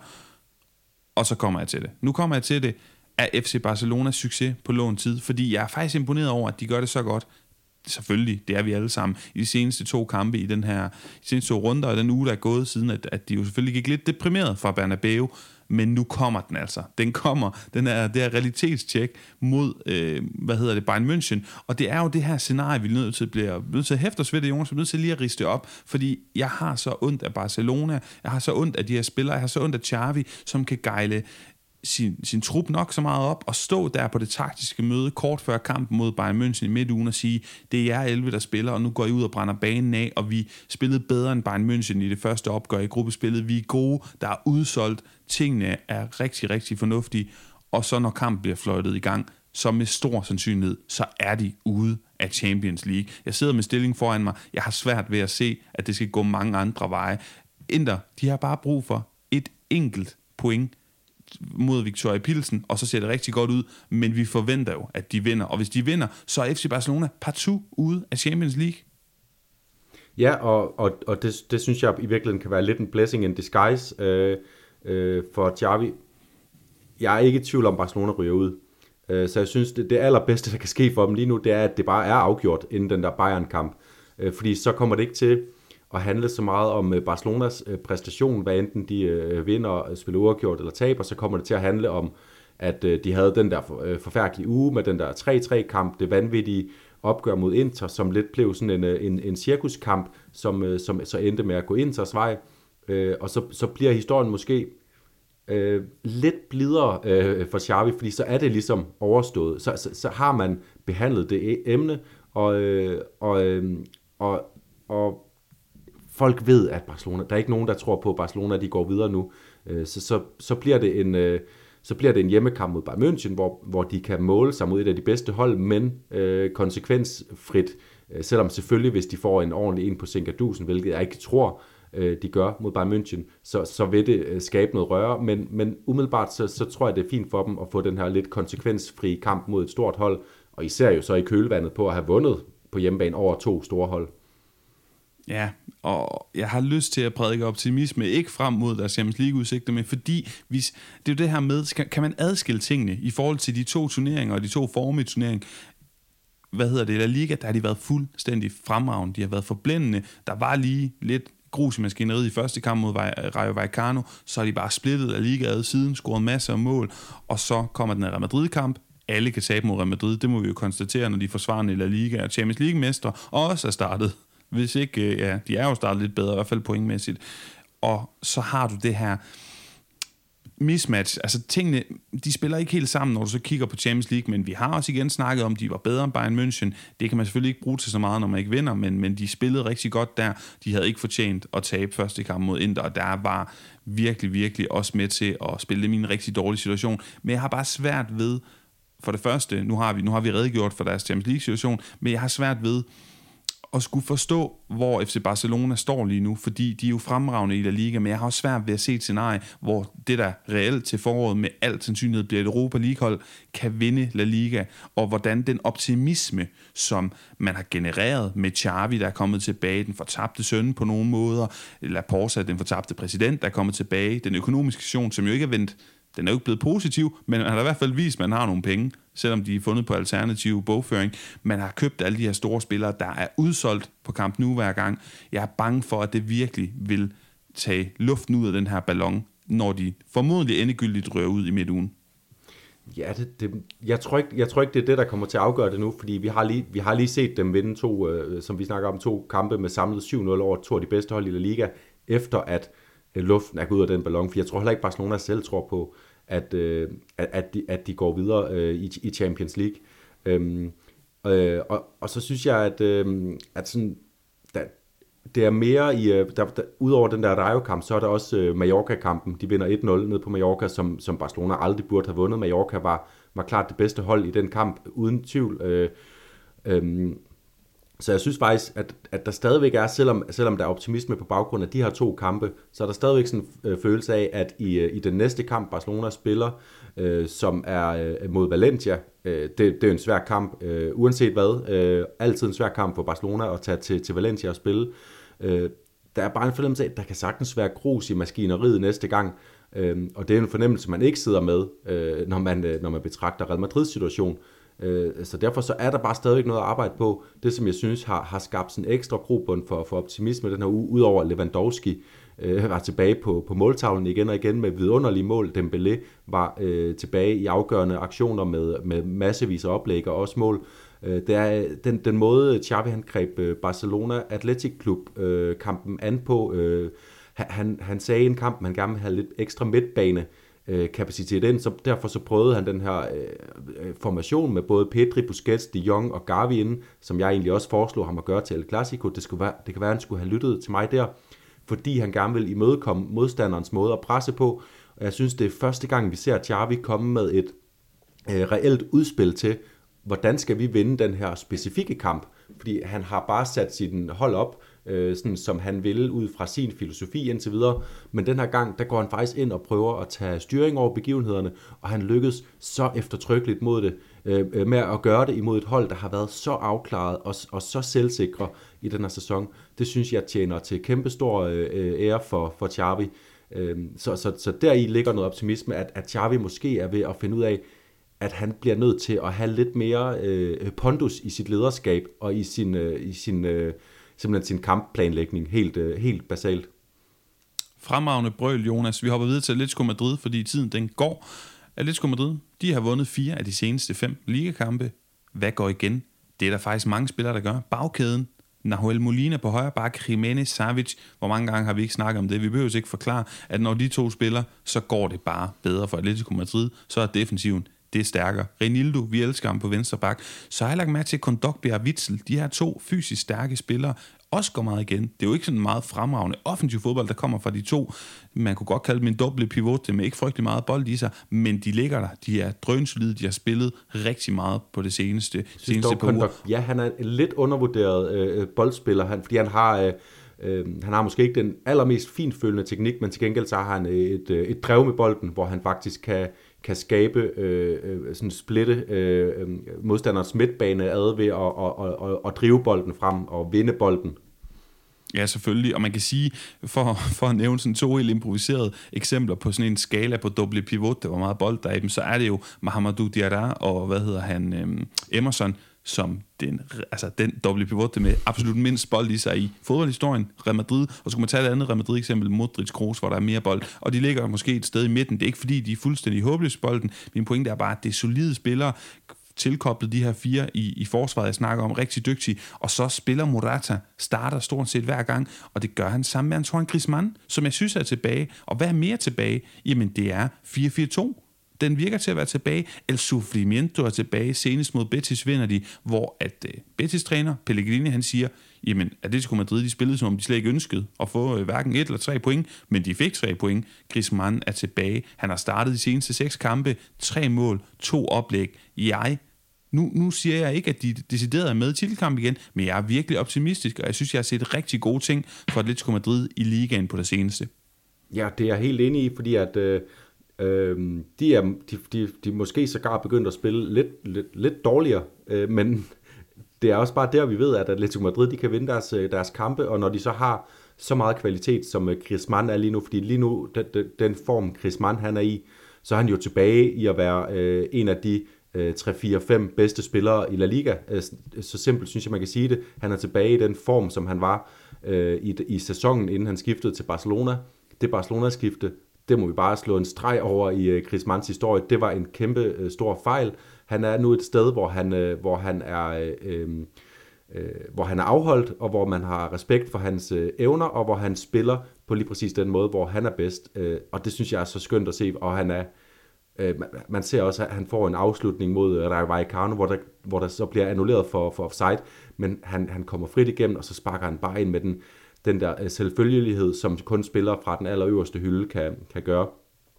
Og så kommer jeg til det. Nu kommer jeg til det, er FC Barcelonas succes på lån tid, fordi jeg er faktisk imponeret over, at de gør det så godt. Selvfølgelig, det er vi alle sammen, i de seneste 2 kampe, i de seneste 2 runder, og den uge, der er gået siden, at de jo selvfølgelig gik lidt deprimeret fra Bernabeu, men nu kommer den altså. Den kommer, det er realitetstjek mod, Bayern München, og det er jo det her scenarie, vi bliver nødt til at hæfte os ved det, Jonas, vi er nødt til lige at riste op, fordi jeg har så ondt af Barcelona, jeg har så ondt af de her spillere, jeg har så ondt af Xavi, som kan gejle sin trup nok så meget op og stå der på det taktiske møde kort før kampen mod Bayern München i midtugen og sige, det er jer 11, der spiller, og nu går I ud og brænder banen af, og vi spillede bedre end Bayern München i det første opgør i gruppespillet. Vi er gode, der er udsolgt, tingene er rigtig, rigtig fornuftige, og så når kampen bliver fløjtet i gang, så med stor sandsynlighed, så er de ude af Champions League. Jeg sidder med stilling foran mig, jeg har svært ved at se, at det skal gå mange andre veje. Inter, de har bare brug for et enkelt point mod Victoria Pilsen, og så ser det rigtig godt ud, men vi forventer jo, at de vinder, og hvis de vinder, så er FC Barcelona partout ude af Champions League. Ja, og det synes jeg i virkeligheden kan være lidt en blessing in disguise for Xavi. Jeg er ikke i tvivl om, Barcelona ryger ud, så jeg synes, det allerbedste, der kan ske for dem lige nu, det er, at det bare er afgjort inden den der Bayern-kamp, fordi så kommer det ikke til at handle så meget om Barcelonas præstation, hvad enten de vinder, spiller uafgjort eller taber, så kommer det til at handle om, at de havde den der forfærdelige uge med den der 3-3-kamp, det vanvittige opgør mod Inter, som lidt blev sådan en cirkuskamp, som så endte med at gå Inters vej, og så bliver historien måske lidt blidere for Xavi, fordi så er det ligesom overstået, så har man behandlet det emne, og folk ved, at Barcelona, der er ikke nogen, der tror på, at Barcelona de går videre nu. Så bliver det en hjemmekamp mod Bayern München, hvor de kan måle sig mod et af de bedste hold, men konsekvensfrit. Selvom selvfølgelig, hvis de får en ordentlig en på Sinkadusen, hvilket jeg ikke tror, de gør mod Bayern München, så vil det skabe noget røre. Men umiddelbart, så tror jeg, det er fint for dem at få den her lidt konsekvensfri kamp mod et stort hold, og især jo så i kølvandet på at have vundet på hjemmebane over 2 store hold. Ja, og jeg har lyst til at prædike optimisme, ikke frem mod deres Champions League-udsigter, men fordi det er jo det her med, kan man adskille tingene i forhold til de 2 turneringer og de 2 former i turneringen. La Liga, der har de været fuldstændig fremragende, de har været forblændende, der var lige lidt grus i maskineriet i første kamp mod Rayo Vallecano, så er de bare splittet af ligaet siden, scoret masser af mål, og så kommer den her Real Madrid-kamp. Alle kan tabe mod Real Madrid, det må vi jo konstatere, når de forsvarende i La Liga og Champions League-mestre, og også er startet. Hvis ikke, de er jo startet lidt bedre, i hvert fald pointmæssigt. Og så har du det her mismatch. Altså tingene, de spiller ikke helt sammen, når du så kigger på Champions League, men vi har også igen snakket om, de var bedre end Bayern München. Det kan man selvfølgelig ikke bruge til så meget, når man ikke vinder, men de spillede rigtig godt der. De havde ikke fortjent at tabe første kamp mod Inter, og der var virkelig, virkelig også med til at spille dem i en rigtig dårlig situation. Men jeg har bare svært ved, for det første, nu har vi redegjort for deres Champions League-situation, men jeg har svært ved at skulle forstå, hvor FC Barcelona står lige nu, fordi de er jo fremragende i La Liga, men jeg har også svært ved at se et scenarie, hvor det der reelt til foråret med al sandsynlighed bliver et Europa League-hold, kan vinde La Liga, og hvordan den optimisme, som man har genereret med Xavi, der er kommet tilbage, den fortabte søn på nogle måder, Laporta, den fortabte præsident, der er kommet tilbage, den økonomiske situation, som jo ikke er vendt Den er jo ikke blevet positiv, men man har i hvert fald vist, at man har nogle penge, selvom de er fundet på alternativ bogføring. Man har købt alle de her store spillere, der er udsolgt på Camp Nou hver gang. Jeg er bange for, at det virkelig vil tage luften ud af den her ballon, når de formodentlig endegyldigt rører ud i midtugen. Ja, jeg tror ikke, det er det, der kommer til at afgøre det nu, fordi vi har lige set dem vinde som vi snakker om, 2 kampe med samlet 7-0 over 2 af de bedste hold i La Liga, efter at luften er gået ud af den ballon. For jeg tror heller ikke, Barcelona selv tror på, at de går videre i Champions League. Og så synes jeg, at sådan, det er mere i, udover den der Rayo-kamp, så er der også Mallorca-kampen. De vinder 1-0 ned på Mallorca, som Barcelona aldrig burde have vundet. Mallorca var klart det bedste hold i den kamp, uden tvivl. Så jeg synes faktisk, at der stadigvæk er, selvom der er optimisme på baggrund af de her 2 kampe, så er der stadigvæk sådan en følelse af, at i den næste kamp, Barcelona spiller, som er mod Valencia, det er en svær kamp, uanset hvad. Altid en svær kamp for Barcelona at tage til Valencia og spille. Der er bare en fornemmelse af, at der kan sagtens være grus i maskineriet næste gang, og det er en fornemmelse, man ikke sidder med, når man betragter Real Madrids situation. Så derfor så er der bare stadigvæk noget at arbejde på. Det, som jeg synes har skabt sådan en ekstra grobund for optimisme den her uge, udover Lewandowski var tilbage på måltavlen igen og igen med vidunderlige mål. Dembélé var tilbage i afgørende aktioner med massevis af oplæg og også mål. Det er den måde, Xavi han greb Barcelona Athletic Club kampen an på. Han sagde i en kamp, man gerne vil have lidt ekstra midtbane kapacitet ind, så derfor så prøvede han den her formation med både Pedri, Busquets, De Jong og Gavi inden, som jeg egentlig også foreslog ham at gøre til El Clasico. Det kan være, at han skulle have lyttet til mig der, fordi han gerne vil imødekomme modstanderens måde at presse på. Og jeg synes, det er første gang, vi ser Xavi komme med et reelt udspil til, hvordan skal vi vinde den her specifikke kamp? Fordi han har bare sat sit hold op, sådan som han ville ud fra sin filosofi indtil videre. Men den her gang, der går han faktisk ind og prøver at tage styring over begivenhederne, og han lykkes så eftertrykkeligt mod det, med at gøre det imod et hold, der har været så afklaret og så selvsikre i den her sæson. Det synes jeg tjener til kæmpestor ære for Xavi. Så deri ligger noget optimisme, at Xavi måske er ved at finde ud af, at han bliver nødt til at have lidt mere pondus i sit lederskab og i simpelthen sin kampplanlægning helt basalt. Fremragende brøl, Jonas. Vi hopper videre til Atletico Madrid, fordi tiden den går. Atletico Madrid, de har vundet 4 af de seneste 5 ligakampe. Hvad går igen? Det er der faktisk mange spillere, der gør. Bagkæden, Nahuel Molina på højre bakke, Jiménez, Savic. Hvor mange gange har vi ikke snakket om det? Vi behøver ikke forklare, at når de 2 spiller, så går det bare bedre for Atletico Madrid. Så er defensiven det er stærkere. Reinildo, vi elsker ham på venstre bak. Så har jeg lagt mærke til Kondogbia og Witsel. De her 2 fysisk stærke spillere også går meget igen. Det er jo ikke sådan meget fremragende offensiv fodbold, der kommer fra de 2. Man kunne godt kalde dem en doble pivot, med ikke frygtelig meget bold i sig, men de ligger der. De er drønsolide, de har spillet rigtig meget på det seneste par uger. Ja, han er en lidt undervurderet boldspiller, fordi han har måske ikke den allermest finfølende teknik, men til gengæld så har han et drev med bolden, hvor han faktisk kan skabe sådan splitte modstanderens midtbane ad ved at drive bolden frem og vinde bolden. Ja, selvfølgelig. Og man kan sige, for at nævne sådan 2 helt improviserede eksempler på sådan en skala på doble pivot, der var meget bold der i dem, så er det jo Mahamadou Diarra og Emerson, som den doble pivot med absolut mindst bold i sig i fodboldhistorien, Real Madrid, og så kunne man tage et andet Real Madrid eksempel, Modric, Kroos, hvor der er mere bold, og de ligger måske et sted i midten. Det er ikke fordi, de er fuldstændig håbløse bolden. Min pointe er bare, at det er solide spillere, tilkoblet de her 4 i forsvaret, jeg snakker om, rigtig dygtige, og så spiller Morata, starter stort set hver gang, og det gør han sammen med Antoine Griezmann, som jeg synes er tilbage, og hvad er mere tilbage? Jamen det er 4-4-2. Den virker til at være tilbage. El Sufrimiento er tilbage. Senest mod Betis vinder de, hvor at Betis-træner Pellegrini, han siger, jamen Atletico Madrid, de spillede som om de slet ikke ønskede at få hverken 1 eller 3 point, men de fik 3 point. Griezmann er tilbage. Han har startet de seneste 6 kampe, 3 mål, 2 oplæg. Nu siger jeg ikke, at de decideret er med i titelkamp igen, men jeg er virkelig optimistisk, og jeg synes, jeg har set rigtig gode ting for Atletico Madrid i ligaen på det seneste. Ja, det er jeg helt enig i, fordi at de måske sågar begyndt at spille lidt dårligere, men det er også bare der, vi ved, at Atletico Madrid de kan vinde deres kampe, og når de så har så meget kvalitet, som Griezmann er lige nu, fordi lige nu, den form Griezmann han er i, så er han jo tilbage i at være en af de 3-4-5 bedste spillere i La Liga. Så simpelt synes jeg, man kan sige det. Han er tilbage i den form, som han var i sæsonen, inden han skiftede til Barcelona. Det Barcelona-skifte, det må vi bare slå en streg over i Griezmanns historie. Det var en kæmpe stor fejl. Han er nu et sted, hvor han er afholdt, og hvor man har respekt for hans evner, og hvor han spiller på lige præcis den måde, hvor han er bedst. Og det synes jeg er så skønt at se, og han er man ser også, at han får en afslutning mod Rayo Vallecano, hvor der så bliver annulleret for offside, men han kommer frit igennem, og så sparker han bare ind med den der selvfølgelighed, som kun spillere fra den allerøverste hylde kan gøre.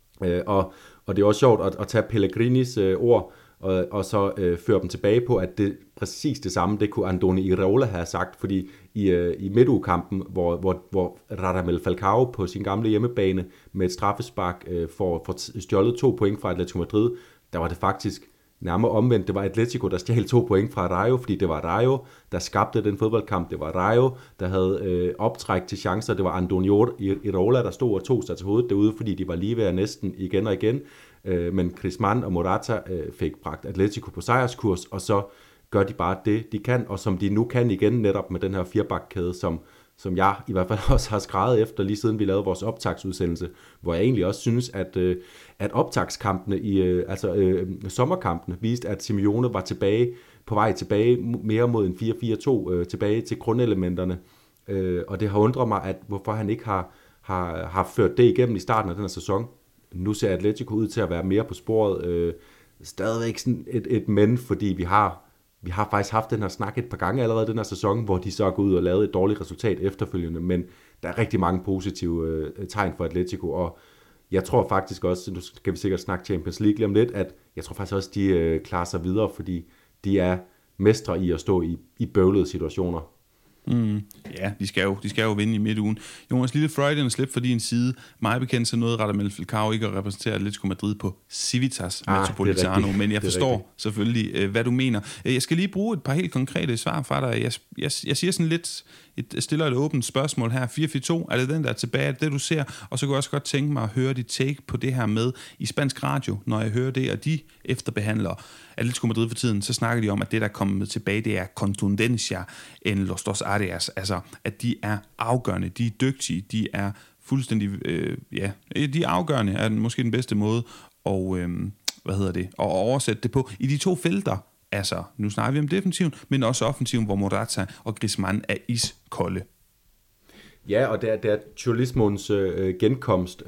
Og det er også sjovt at tage Pellegrinis ord, og så føre dem tilbage på, at det præcis det samme, det kunne Andoni Iraola have sagt, fordi i midtugekampen, hvor Radamel Falcao på sin gamle hjemmebane med et straffespark får stjålet 2 point fra Atletico Madrid, der var det faktisk nærmere omvendt. Det var Atletico, der stjal 2 point fra Rayo, fordi det var Rayo, der skabte den fodboldkamp. Det var Rayo, der havde optræk til chancer. Det var Andoni Iraola, der stod og tog sig til hovedet derude, fordi de var lige ved næsten igen og igen. Men Griezmann og Morata fik bragt Atletico på sejrskurs, og så gør de bare det, de kan, og som de nu kan igen netop med den her firebakkæde, som jeg i hvert fald også har skreget efter, lige siden vi lavede vores optagsudsendelse, hvor jeg egentlig også synes, at optagskampene, sommerkampene, viste, at Simeone var på vej tilbage mere mod en 4-4-2, tilbage til grundelementerne, og det har undret mig, hvorfor han ikke har ført det igennem i starten af den her sæson. Nu ser Atletico ud til at være mere på sporet, stadigvæk sådan et men, fordi vi har faktisk haft den her snak et par gange allerede den her sæson, hvor de så er gået ud og lavet et dårligt resultat efterfølgende, men der er rigtig mange positive tegn for Atletico, og jeg tror faktisk også, nu skal vi sikkert snakke Champions League lige om lidt, at jeg tror faktisk også, de klarer sig videre, fordi de er mestre i at stå i bøvlede situationer. Ja, de skal jo vinde i midtugen. Jonas, lille Freudian slip for din side. Meget bekendt, så nåede Radamel Falcao ikke at repræsentere Atletico Madrid på Civitas Metropolitano, men jeg forstår selvfølgelig, hvad du mener. Jeg skal lige bruge et par helt konkrete svar fra dig. Jeg siger sådan lidt, stiller et åbent spørgsmål her. 4-4-2, er det den, der er tilbage? Er det du ser? Og så kunne jeg også godt tænke mig at høre dit take på det her med i spansk radio, når jeg hører det, og de efterbehandler Atletico Madrid for tiden, så snakker de om, at det, der er kommet tilbage, det er contundencia en los dos áreas. Altså, at de er afgørende, de er dygtige, de er fuldstændig, de er afgørende, er måske den bedste måde at oversætte det på. I de to felter, altså, nu snakker vi om defensiven, men også offensiven, hvor Morata og Griezmann er iskolde. Ja, og det er Cholismons genkomst,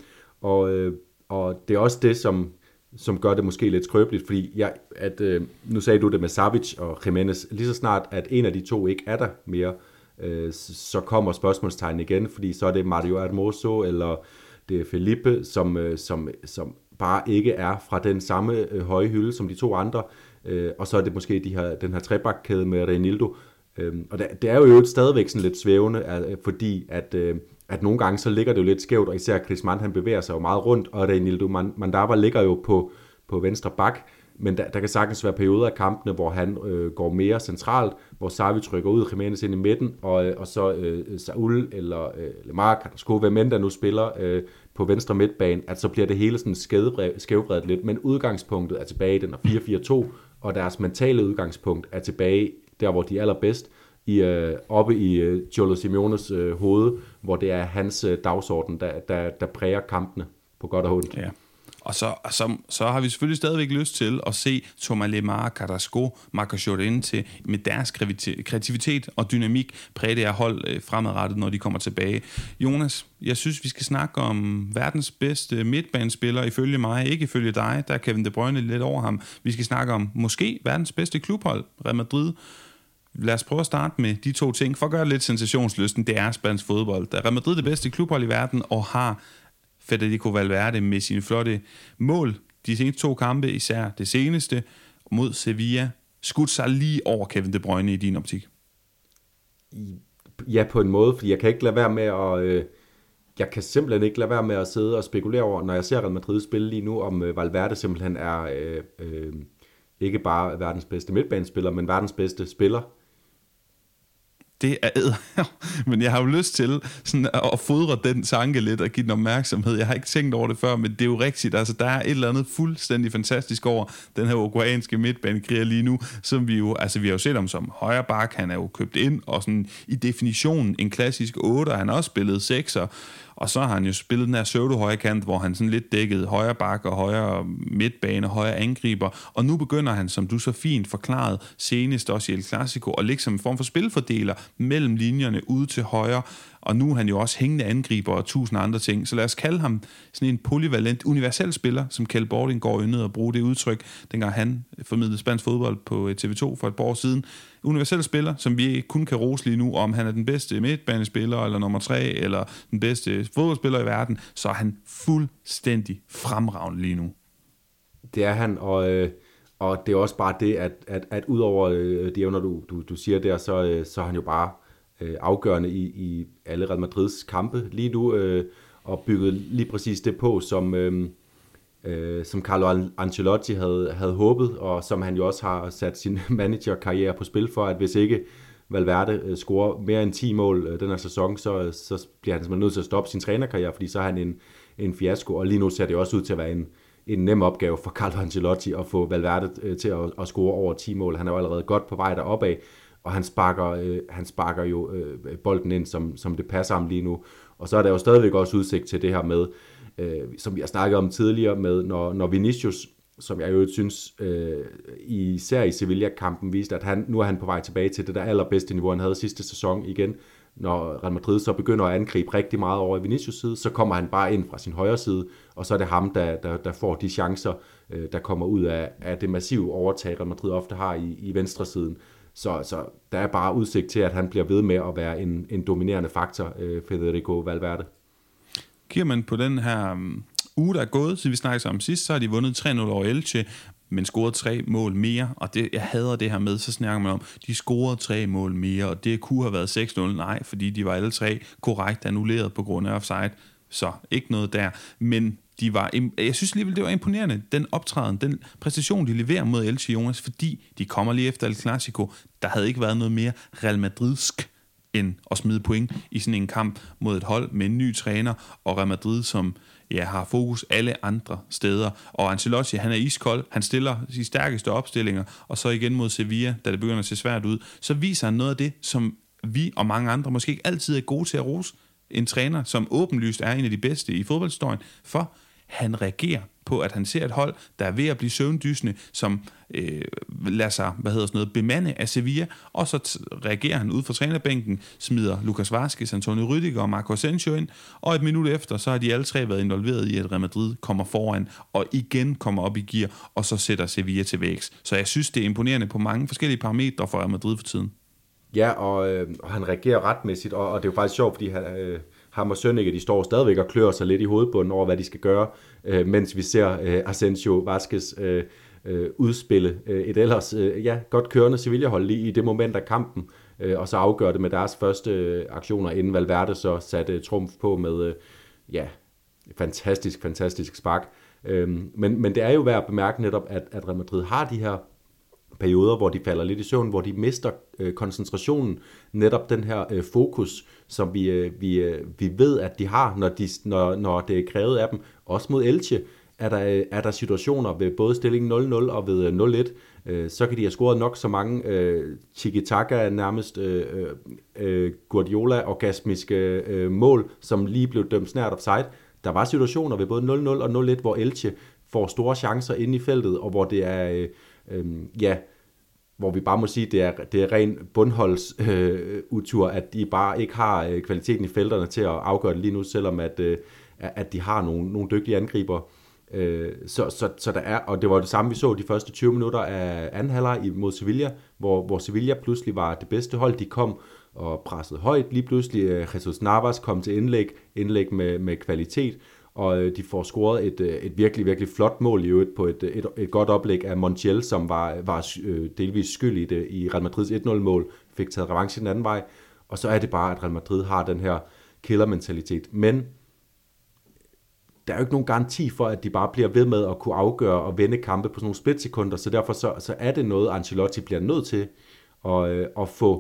og det er også det, som gør det måske lidt skrøbeligt, fordi nu sagde du det med Savic og Jimenez, lige så snart, at en af de to ikke er der mere, så kommer spørgsmålstegn igen, fordi så er det Mario Hermoso, eller det er Felipe, som bare ikke er fra den samme høje hylde som de to andre, og så er det måske den her trebakkæde med Reinildo, og det er jo stadigvæk sådan lidt svævende, fordi at nogle gange så ligger det jo lidt skævt, og især Griezmann, han bevæger sig jo meget rundt, og Reinildo Mandava ligger jo på venstre bak, men der kan sagtens være perioder af kampene, hvor han går mere centralt, hvor Savic rykker ud, Jimenez ind i midten, og så Saul eller Lemar, Carrasco, hvem end der nu spiller på venstre midtbane, at så bliver det hele sådan skævvredet lidt, men udgangspunktet er tilbage i den 4-4-2, og deres mentale udgangspunkt er tilbage der, hvor de er allerbedst, oppe i Cholo Simeones hoved, hvor det er hans dagsorden, der præger kampene på godt og ondt. Ja. Og så har vi selvfølgelig stadigvæk lyst til at se Thomas Lemar, Carrasco, Marcos Llorente med deres kreativitet og dynamik præge det her hold fremadrettet, når de kommer tilbage. Jonas, jeg synes, vi skal snakke om verdens bedste midtbanespiller, ifølge mig, ikke ifølge dig. Der er Kevin De Bruyne lidt over ham. Vi skal snakke om måske verdens bedste klubhold, Real Madrid. Lad os prøve at starte med de to ting. For at gøre det lidt sensationslysten, det er spansk fodbold. Der er Real Madrid det bedste klubhold i verden, og har Federico Valverde med sine flotte mål. De seneste 2 kampe, især det seneste mod Sevilla, skudt sig lige over Kevin De Bruyne i din optik. Ja, på en måde, fordi jeg kan ikke lade være med at... Jeg kan simpelthen ikke lade være med at sidde og spekulere over, når jeg ser Real Madrid spille lige nu, om Valverde simpelthen er ikke bare verdens bedste midtbanespiller, men verdens bedste spiller. Det er men jeg har jo lyst til sådan at fodre den tanke lidt og give den opmærksomhed. Jeg har ikke tænkt over det før, men det er jo rigtigt. Altså, der er et eller andet fuldstændig fantastisk over den her uruguayanske midtbanekriger lige nu, som vi har jo set ham som højre bak. Han er jo købt ind, og sådan i definitionen en klassisk 8'er. Han har også spillet 6'er. Og så har han jo spillet den her pseudo-højre kant, hvor han sådan lidt dækkede højre bak og højre midtbane og højre angriber. Og nu begynder han, som du så fint forklarede, senest også i El Clasico, at ligge som en form for spilfordeler mellem linjerne ude til højre. Og nu er han jo også hængende angriber og 1000 andre ting. Så lad os kalde ham sådan en polyvalent, universel spiller, som Kjeld Bording går yndede at bruge det udtryk, dengang han formidlede spansk fodbold på TV2 for et par år siden. Universel spiller, som vi ikke kun kan rose lige nu, om han er den bedste midtbanespiller, eller nummer 3, eller den bedste fodboldspiller i verden, så er han fuldstændig fremragende lige nu. Det er han, og det er også bare det, at udover det evner, du siger der, så er han jo bare afgørende i alle Real Madrids kampe lige nu, og bygget lige præcis det på, som Carlo Ancelotti havde håbet, og som han jo også har sat sin managerkarriere på spil for, at hvis ikke Valverde scorer mere end 10 mål den her sæson, så bliver han simpelthen nødt til at stoppe sin trænerkarriere, fordi så er han en fiasko, og lige nu ser det også ud til at være en nem opgave for Carlo Ancelotti at få Valverde til at score over 10 mål. Han er jo allerede godt på vej deroppe af, og han sparker jo bolden ind, som det passer ham lige nu. Og så er der jo stadigvæk også udsigt til det her med, som vi har snakket om tidligere, med når Vinicius, som jeg jo synes, især i Sevilla-kampen viste, at nu er han på vej tilbage til det der allerbedste niveau, han havde sidste sæson igen. Når Real Madrid så begynder at angribe rigtig meget over i Vinicius' side, så kommer han bare ind fra sin højre side, og så er det ham, der får de chancer, der kommer ud af det massive overtag, Real Madrid ofte har i venstre siden. Så der er bare udsigt til, at han bliver ved med at være en dominerende faktor, Federico Valverde. Kigger man på den her uge, der er gået, siden vi snakkede sammen sidst, så har de vundet 3-0 over Elche, men scoret 3 mål mere, og det, jeg hader det her med, så snakker man om, de scorede 3 mål mere, og det kunne have været 6-0, nej, fordi de var alle 3 korrekt annulleret på grund af offside, så ikke noget der, men jeg synes alligevel, det var imponerende, den optræden, den præstation, de leverer mod Elche, Jonas, fordi de kommer lige efter El Clasico. Der havde ikke været noget mere Real Madridsk end at smide point i sådan en kamp mod et hold med en ny træner, og Real Madrid, som har fokus alle andre steder. Og Ancelotti, han er iskold, han stiller de stærkeste opstillinger, og så igen mod Sevilla, da det begynder at se svært ud, så viser han noget af det, som vi og mange andre måske ikke altid er gode til at rose. En træner, som åbenlyst er en af de bedste i fodboldhistorien, for han reagerer på, at han ser et hold, der er ved at blive søvndysende, som lader sig, bemande af Sevilla, og så reagerer han ud fra trænerbænken, smider Lucas Vázquez, Antonio Rüdiger og Marco Asensio ind, og et minut efter, så har de alle 3 været involveret i, at Real Madrid kommer foran, og igen kommer op i gear, og så sætter Sevilla til vægs. Så jeg synes, det er imponerende på mange forskellige parametre for Real Madrid for tiden. Ja, og han reagerer retmæssigt, og det er jo faktisk sjovt, fordi ham og Sønneke, de står stadigvæk og klør sig lidt i hovedbunden over, hvad de skal gøre, mens vi ser Asensio Vázquez udspille et ellers godt kørende Sevilla-hold lige i det moment af kampen, og så afgør det med deres første aktioner, inden Valverde så satte trumf på med fantastisk spark. Men det er jo værd at bemærke netop, at Real Madrid har de her perioder, hvor de falder lidt i søvn, hvor de mister koncentrationen, netop den her fokus, som vi ved, at de har, når det er krævet af dem. Også mod Elche er der situationer ved både stillingen 0-0 og ved 0-1, så kan de have scoret nok så mange tiki-taka, nærmest Guardiola-orgasmiske mål, som lige blev dømt snært offside. Der var situationer ved både 0-0 og 0-1, hvor Elche får store chancer inde i feltet, og hvor det er hvor vi bare må sige, det er ren bundholds utur, at de bare ikke har kvaliteten i felterne til at afgøre det lige nu, selvom at de har nogle dygtige angriber. Så der er, og det var det samme, vi så de første 20 minutter af anden halvleg mod Sevilla, hvor Sevilla pludselig var det bedste hold. De kom og pressede højt. Lige pludselig Jesus Navas kom til indlæg med kvalitet, og de får scoret et virkelig flot mål i øvrigt på et godt oplæg af Montiel, som var delvis skyld i Real Madrids 1-0-mål, fik taget revanche den anden vej, og så er det bare, at Real Madrid har den her killer-mentalitet. Men der er jo ikke nogen garanti for, at de bare bliver ved med at kunne afgøre og vende kampe på sådan nogle splitsekunder, så derfor så er det noget, Ancelotti bliver nødt til at få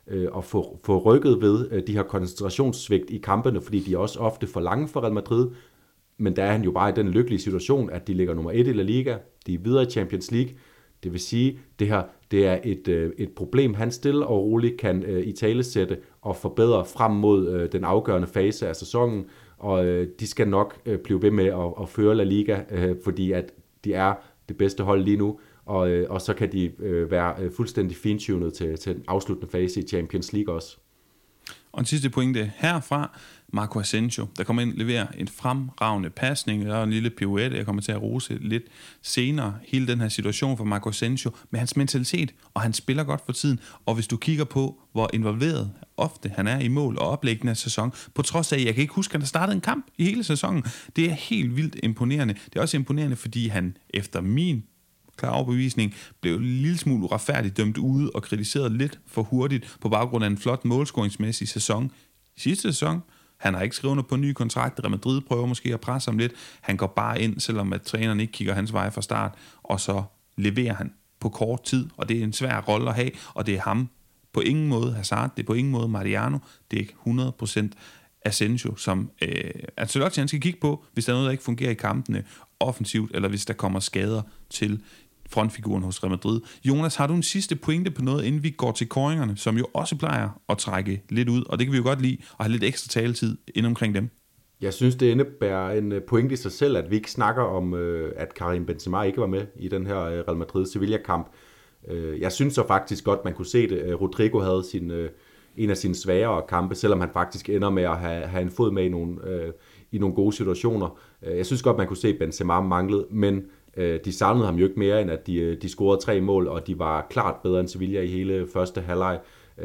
at få rykket ved de her koncentrationssvigt i kampene, fordi de er også ofte for lange for Real Madrid. Men der er han jo bare i den lykkelige situation, at de ligger nummer 1 i La Liga, de er videre i Champions League. Det vil sige, det her det er et problem, han stille og roligt kan italesætte og forbedre frem mod den afgørende fase af sæsonen. Og de skal nok blive ved med at føre La Liga, fordi at de er det bedste hold lige nu. Og så kan de være fuldstændig fintunet til den afsluttende fase i Champions League også. Og en sidste pointe herfra, Marco Asensio, der kommer ind og leverer en fremragende pasning, der er en lille pirouette, jeg kommer til at rose lidt senere, hele den her situation for Marco Asensio, med hans mentalitet, og han spiller godt for tiden, og hvis du kigger på, hvor involveret ofte han er i mål og oplæggende af sæson, på trods af, jeg kan ikke huske, at han har startet en kamp i hele sæsonen, det er helt vildt imponerende. Det er også imponerende, fordi han efter min klar overbevisning, blev en lille smule uretfærdigt dømt ude og kritiseret lidt for hurtigt på baggrund af en flot målscoringsmæssig sæson. Sidste sæson, han har ikke skrevet under på en ny kontrakt. Real Madrid prøver måske at presse ham lidt. Han går bare ind, selvom at træneren ikke kigger hans vej fra start, og så leverer han på kort tid, og det er en svær rolle at have, og det er ham på ingen måde Hazard, det er på ingen måde Mariano, det er ikke 100% Asensio, som Ancelotti han skal kigge på, hvis der er noget, der ikke fungerer i kampene offensivt, eller hvis der kommer skader til frontfiguren hos Real Madrid. Jonas, har du en sidste pointe på noget, inden vi går til kåringerne, som jo også plejer at trække lidt ud, og det kan vi jo godt lide, og have lidt ekstra taletid ind omkring dem? Jeg synes, det indebærer en pointe i sig selv, at vi ikke snakker om, at Karim Benzema ikke var med i den her Real Madrid-Sevilla-kamp. Jeg synes så faktisk godt, man kunne se det. Rodrigo havde en af sine sværere kampe, selvom han faktisk ender med at have en fod med i nogle gode situationer. Jeg synes godt, man kunne se, at Benzema manglede, men de savnede ham jo ikke mere, end at de scorede 3 mål, og de var klart bedre end Sevilla i hele første halvleg.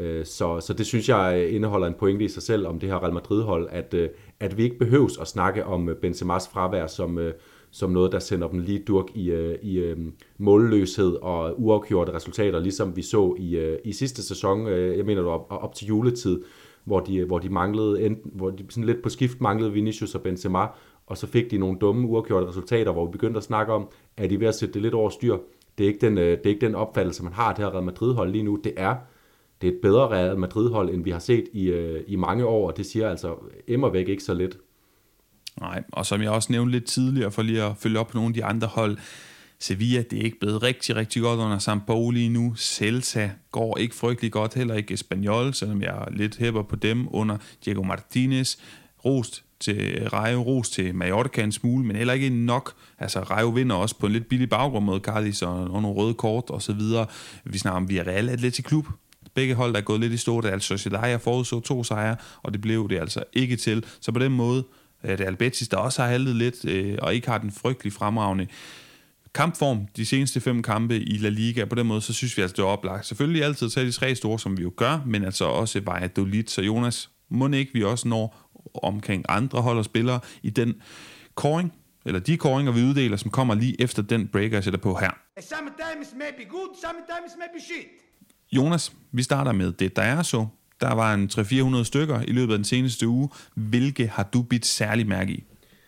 Så det synes jeg indeholder en pointe i sig selv om det her Real Madrid-hold, at vi ikke behøves at snakke om Benzemas fravær som noget, der sender dem lige durk i målløshed og uafgjorte resultater, ligesom vi så i sidste sæson, jeg mener op til juletid, hvor de manglede, hvor de sådan lidt på skift manglede Vinicius og Benzema, og så fik de nogle dumme uafgjorte resultater, hvor vi begyndte at snakke om, at de ved at sætte det lidt over styr. Det er ikke den opfattelse, man har af det her Real Madrid-hold lige nu. Det er et bedre Real Madrid-hold, end vi har set i mange år, og det siger altså immervæk ikke så lidt. Nej, og som jeg også nævnte lidt tidligere, for lige at følge op på nogle af de andre hold, Sevilla, det er ikke blevet rigtig, rigtig godt under Sampaoli nu. Celta går ikke frygtelig godt, heller ikke Espanyol, selvom jeg lidt hæpper på dem under Diego Martinez. Rost til Rayo, rost til Mallorca en smule, men heller ikke nok. Altså, Rayo vinder også på en lidt billig baggrund mod Cadiz og nogle røde kort og så videre. Vi snakker om Villarreal Athletic Club. Begge hold, der er gået lidt i stå, det er altså Sociedad, forudså 2 sejre, og det blev det altså ikke til. Så på den måde, det er Betis, der også har haltet lidt, og ikke har den frygtelig fremragende kampform de seneste 5 kampe i La Liga. På den måde, så synes vi altså, det er oplagt. Selvfølgelig altid tage de 3 store, som vi jo gør, men altså også Valladolid. Så Jonas, må ikke vi også når omkring andre hold og spillere i den kåring, eller de kåringer, vi uddeler, som kommer lige efter den breaker, jeg sætter på her. Sometimes may be good, sometimes may be shit. Jonas, vi starter med det, der er så. Der var en 300-400 stykker i løbet af den seneste uge. Hvilke har du bidt særlig mærke i?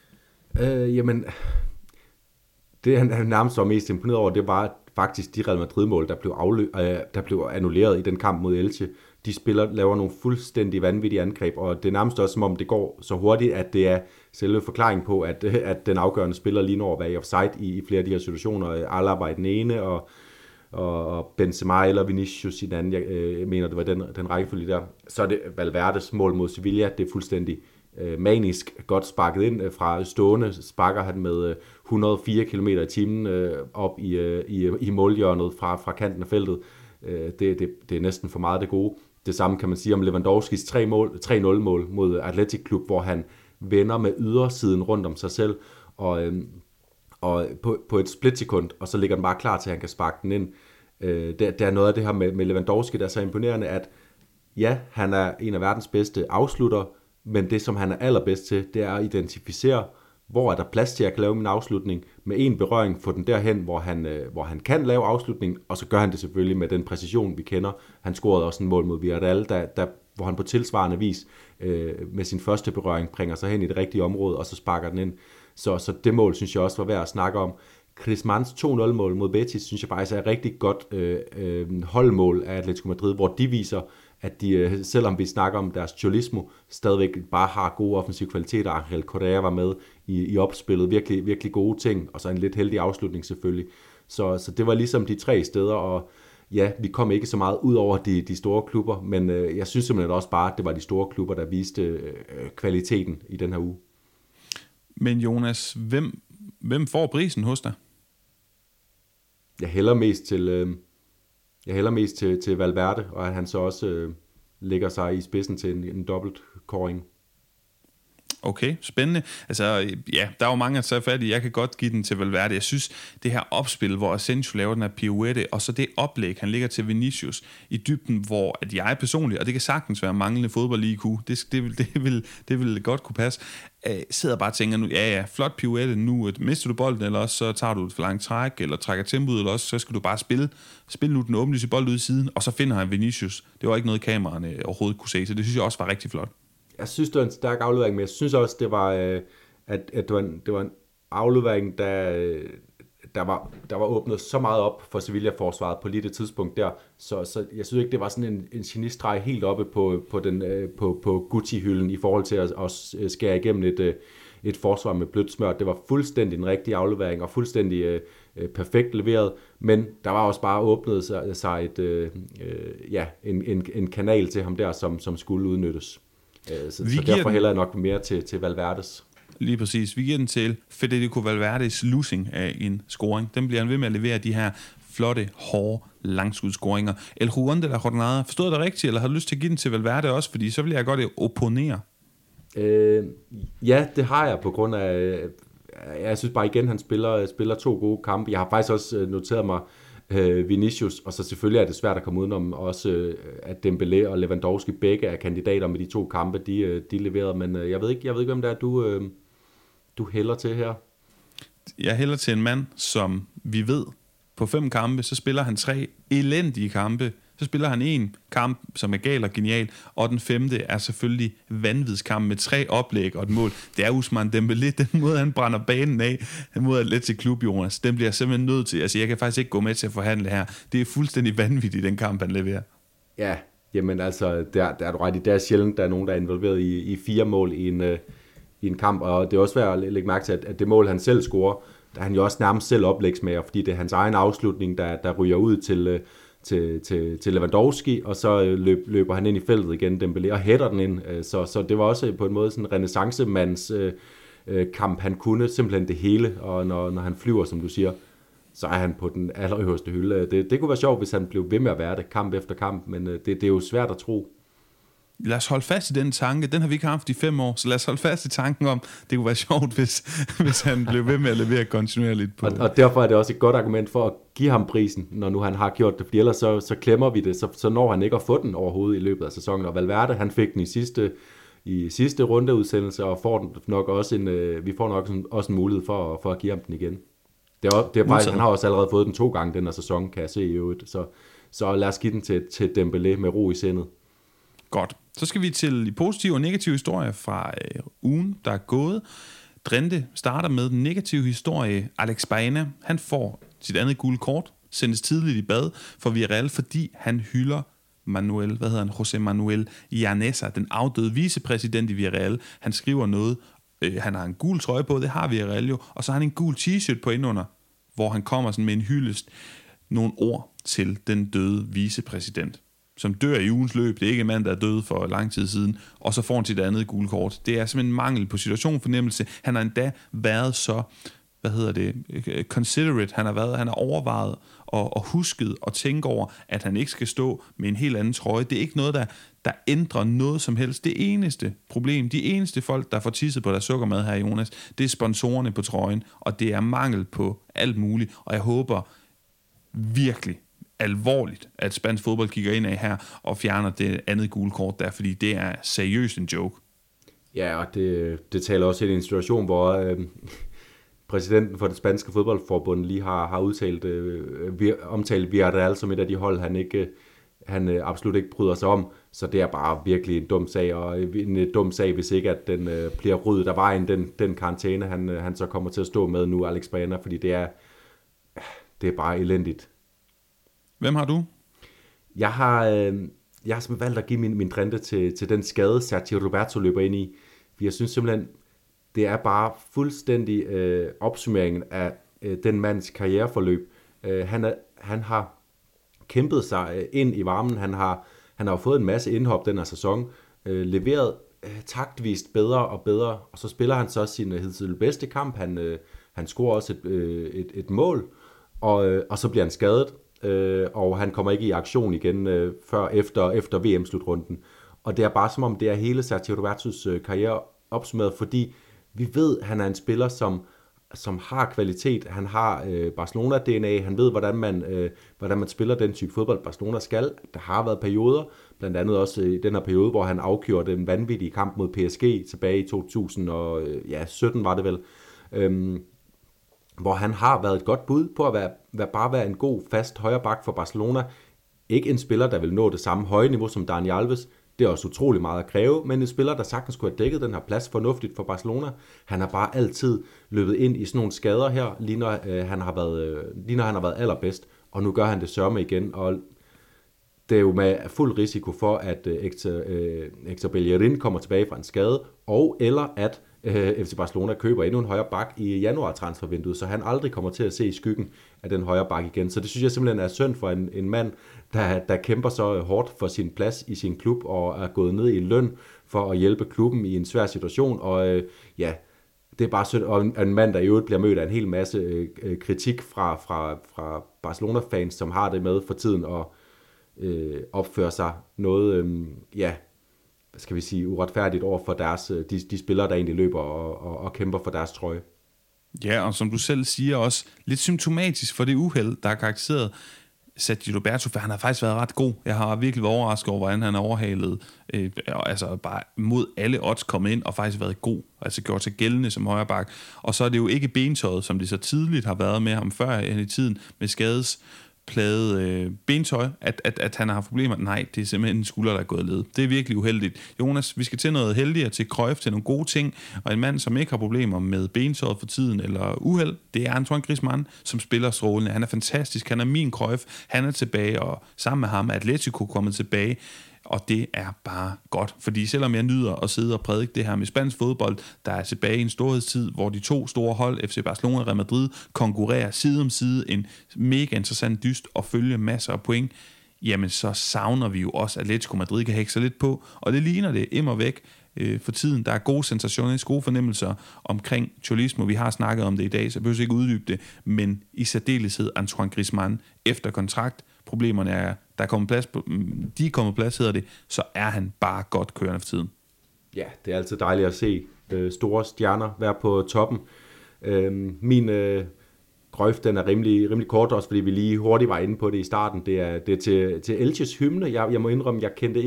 Jamen, det han nærmest var mest imponeret over, det var faktisk de Real Madrid-mål, der blev annulleret i den kamp mod Elche. De laver nogle fuldstændig vanvittige angreb, og det er nærmest også som om det går så hurtigt, at det er selve forklaringen på, at den afgørende spiller lige når at være i offside i flere af de her situationer. Alaba i den ene, og Benzema eller Vinicius i den anden. Jeg mener, det var den rækkefølge der. Så er det Valverdes mål mod Sevilla, det er fuldstændig manisk godt sparket ind fra stående. Sparker han med 104 km i timen op i målhjørnet fra kanten af feltet. Det er næsten for meget det gode. Det samme kan man sige om Lewandowskis 3-0-mål mod Athletic Club, hvor han vender med ydersiden rundt om sig selv, og på et splitsekund, og så ligger den bare klar til, at han kan sparke den ind. Der er noget af det her med Lewandowski, der er så imponerende, at ja, han er en af verdens bedste afslutter, men det, som han er allerbedst til, det er at identificere, hvor er der plads til, at jeg kan lave min afslutning, med en berøring, få den derhen, hvor han kan lave afslutning, og så gør han det selvfølgelig med den præcision, vi kender. Han scorede også en mål mod Villarreal, hvor han på tilsvarende vis med sin første berøring bringer sig hen i det rigtige område, og så sparker den ind. Så det mål, synes jeg også var værd at snakke om. Griezmanns 2-0-mål mod Betis, synes jeg faktisk er et rigtig godt holdmål af Atletico Madrid, hvor de viser, at de, selvom vi snakker om deres cholismo, stadigvæk bare har gode offensive kvaliteter. Angel Correa var med i opspillet, virkelig, virkelig gode ting, og så en lidt heldig afslutning selvfølgelig. Så det var ligesom de 3 steder, og ja, vi kom ikke så meget ud over de store klubber, men jeg synes simpelthen også bare, at det var de store klubber, der viste kvaliteten i den her uge. Men Jonas, hvem får prisen hos dig? Jeg hælder mest til Valverde, og at han så også lægger sig i spidsen til en dobbeltkåring. Okay, spændende. Altså, ja, der er jo mange at tage fat i. Jeg kan godt give den til Valverde. Jeg synes, det her opspil, hvor Asensio laver den her pirouette, og så det oplæg, han ligger til Vinicius i dybden, hvor at jeg personligt, og det kan sagtens være manglende fodbold-IQ, det vil godt kunne passe, sidder bare og tænker nu, ja, flot pirouette, nu mister du bolden, eller også så tager du et for langt træk, eller trækker tempoet, eller også så skal du bare spille nu den åbenlyse bold ud i siden, og så finder han Vinicius. Det var ikke noget, kameraerne overhovedet kunne se, så det synes jeg også var rigtig flot. Jeg synes, det var en stærk aflevering, men jeg synes også, det var, at det var en aflevering, der var åbnet så meget op for Sevilla-forsvaret på lige det tidspunkt der, så jeg synes ikke, det var sådan en genistreg helt oppe på Gucci-hylden i forhold til at skære igennem et forsvar med blødt smør. Det var fuldstændig en rigtig aflevering og fuldstændig perfekt leveret, men der var også bare åbnet sig en kanal til ham der, som skulle udnyttes. Så derfor hælder jeg nok mere til Valverdes. Lige præcis. Vi giver den til Federico Valverdes losing af en scoring. Den bliver han ved med at levere de her flotte, hårde langskudsscoringer. El Juan de la Jornada. Forstod det rigtigt, eller har du lyst til at give den til Valverde også? Fordi så vil jeg godt opponere. Ja, det har jeg på grund af... Jeg synes bare igen, han spiller 2 gode kampe. Jeg har faktisk også noteret mig Vinicius, og så selvfølgelig er det svært at komme udenom også, at Dembélé og Lewandowski begge er kandidater med de 2 kampe, de leverede, men jeg ved ikke, hvem det er, du hælder til her. Jeg hælder til en mand, som vi ved, på 5 kampe, så spiller han 3 elendige kampe, så spiller han 1 kamp, som er gal og genial, og den 5. er selvfølgelig vanvidskamp med 3 oplæg og et mål. Det er Ousmane Dembélé, den måde han brænder banen af mod Atletic Klub, Jonas. Den bliver jeg simpelthen nødt til. Altså, jeg kan faktisk ikke gå med til at forhandle her. Det er fuldstændig vanvittigt, den kamp, han leverer. Ja, jamen altså, der er du ret i. Det er sjældent, der er nogen, der er involveret i 4 mål i en kamp, og det er også værd at lægge mærke til, at det mål, han selv scorer, der er han jo også nærmest selv oplægsmager, fordi det er hans egen afslutning, der ryger ud til Lewandowski, og så løber han ind i feltet igen, Dembélé, og hætter den ind. Så det var også på en måde sådan en renaissancemands kamp. Han kunne simpelthen det hele, og når han flyver, som du siger, så er han på den allerøverste hylde. Det kunne være sjovt, hvis han blev ved med at være det, kamp efter kamp, men det er jo svært at tro. Lad os holde fast i den tanke. Den har vi ikke haft i 5 år, så lad os holde fast i tanken om, det kunne være sjovt, hvis han blev ved med at levere kontinuerligt på. Og derfor er det også et godt argument for at give ham prisen, når nu han har gjort det, fordi ellers så klemmer vi det, så når han ikke at få den overhovedet i løbet af sæsonen. Og Valverde, han fik den i sidste rundeudsendelse, og får nok også vi får nok også en mulighed for at give ham den igen. Det er faktisk, han har også allerede fået den 2 gange den her sæson, kan jeg se i øvrigt. Så lad os give den til Dembélé med ro i sindet. Godt. Så skal vi til de positive og negative historier fra ugen, der er gået. Drente starter med den negative historie. Alex Baena, han får sit andet gule kort, sendes tidligt i bad for Villarreal, fordi han hylder José Manuel Llaneza, den afdøde vicepræsident i Villarreal. Han skriver noget. Han har en gul trøje på, det har Villarreal jo, og så har han en gul t-shirt på indunder, hvor han kommer sådan med en hyldest, nogle ord til den døde vicepræsident, som dør i ugens løb. Det er ikke en mand, der er død for lang tid siden, og så får han sit andet gule kort. Det er simpelthen en mangel på situationfornemmelse. Han har endda været så, considerate. Han har overvejet og husket og tænkt over, at han ikke skal stå med en helt anden trøje. Det er ikke noget, der ændrer noget som helst. Det eneste problem, de eneste folk, der får tisset på deres sukkermad her, Jonas, det er sponsorerne på trøjen, og det er mangel på alt muligt, og jeg håber virkelig, alvorligt, at spansk fodbold kigger ind af her og fjerner det andet gule kort der, fordi det er seriøst en joke. Ja, og det taler også ind i en situation, hvor præsidenten for det spanske fodboldforbund lige har omtalt Villarreal som et af de hold, han absolut ikke bryder sig om, så det er bare virkelig en dum sag, og en dum sag, hvis ikke at den bliver ryddet af vejen, den karantæne, han så kommer til at stå med nu, Alex Baena, fordi det er bare elendigt. Hvem har du? Jeg jeg har simpelthen valgt at give min drinte til den skade, Sergio Roberto løber ind i. For jeg synes simpelthen, det er bare fuldstændig opsummeringen af den mands karriereforløb. Han har kæmpet sig ind i varmen. Han har jo fået en masse indhop den her sæson. Leveret taktvist bedre og bedre. Og så spiller han så sin hidtil bedste kamp. Han scorer også et mål. Og så bliver han skadet. Og han kommer ikke i aktion igen før efter VM-slutrunden. Og det er bare som om, det er hele Sergio Robertos karriere opsummeret, fordi vi ved, at han er en spiller, som har kvalitet. Han har Barcelona-DNA. Han ved, hvordan man spiller den type fodbold, Barcelona skal. Der har været perioder, blandt andet også i den her periode, hvor han afgjorde den vanvittige kamp mod PSG tilbage i 2017, var det vel. Hvor han har været et godt bud på at være en god, fast højre bak for Barcelona. Ikke en spiller, der vil nå det samme høje niveau som Dani Alves. Det er også utrolig meget at kræve, men en spiller, der sagtens kunne have dækket den her plads fornuftigt for Barcelona. Han har bare altid løbet ind i sådan nogle skader her, lige når han har været allerbedst, og nu gør han det sørme igen, og det er jo med fuld risiko for, at Héctor Bellerin kommer tilbage fra en skade, eller at FC Barcelona køber endnu en højre bak i januar-transfervinduet, så han aldrig kommer til at se i skyggen af den højre bak igen. Så det synes jeg simpelthen er synd for en mand, der kæmper så hårdt for sin plads i sin klub, og er gået ned i løn for at hjælpe klubben i en svær situation, og det er bare synd, og en mand, der i øvrigt bliver mødt af en hel masse kritik fra Barcelona-fans, som har det med for tiden at opføre sig noget, skal vi sige, uretfærdigt over for de spillere, der egentlig løber og kæmper for deres trøje. Ja, og som du selv siger også, lidt symptomatisk for det uheld, der er karakteriseret Sergio Roberto, for han har faktisk været ret god. Jeg har virkelig været overrasket over, hvordan han har overhalet, altså bare mod alle odds kommet ind og faktisk været god, altså gjort sig gældende som højreback. Og så er det jo ikke bentøjet, som det så tidligt har været med ham før i tiden, med skadesplade bentøj, at han har haft problemer. Nej, det er simpelthen en skulder, der er gået led. Det er virkelig uheldigt. Jonas, vi skal til noget heldigere, til Cruyff, til nogle gode ting, og en mand, som ikke har problemer med bentøjet for tiden, eller uheld, det er Antoine Griezmann, som spiller strålende. Han er fantastisk, han er min Cruyff, han er tilbage, og sammen med ham er Atletico kommet tilbage, og det er bare godt, fordi selvom jeg nyder at sidde og prædike det her med spansk fodbold, der er tilbage i en storhedstid, hvor de to store hold, FC Barcelona og Real Madrid, konkurrerer side om side, en mega interessant dyst og følge masser af point, jamen så savner vi jo også, at Atletico Madrid kan hække sig lidt på, og det ligner det immer væk for tiden. Der er gode sensationer, gode fornemmelser omkring Cholismo. Vi har snakket om det i dag, så jeg behøver ikke uddybe det, men i særdeleshed Antoine Griezmann efter kontrakt. Problemerne er, de er kommet plads, hedder det, så er han bare godt kørende for tiden. Ja, det er altid dejligt at se store stjerner være på toppen. Min Cruyff, den er rimelig kort også, fordi vi lige hurtigt var inde på det i starten. Det er til Elches hymne. Jeg må indrømme,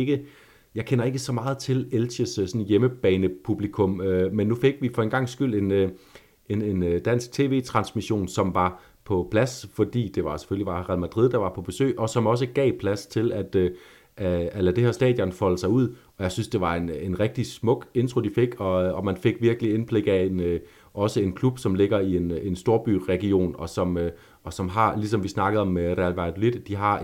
jeg kender ikke så meget til Elches sådan hjemmebanepublikum, men nu fik vi for en gang skyld en dansk tv-transmission, som var på plads, fordi det selvfølgelig var Real Madrid, der var på besøg, og som også gav plads til at lade det her stadion folde sig ud. Og jeg synes, det var en rigtig smuk intro, de fik, og man fik virkelig indblik af også en klub, som ligger i en storbyregion, og som har, ligesom vi snakkede om Real Valladolid, de har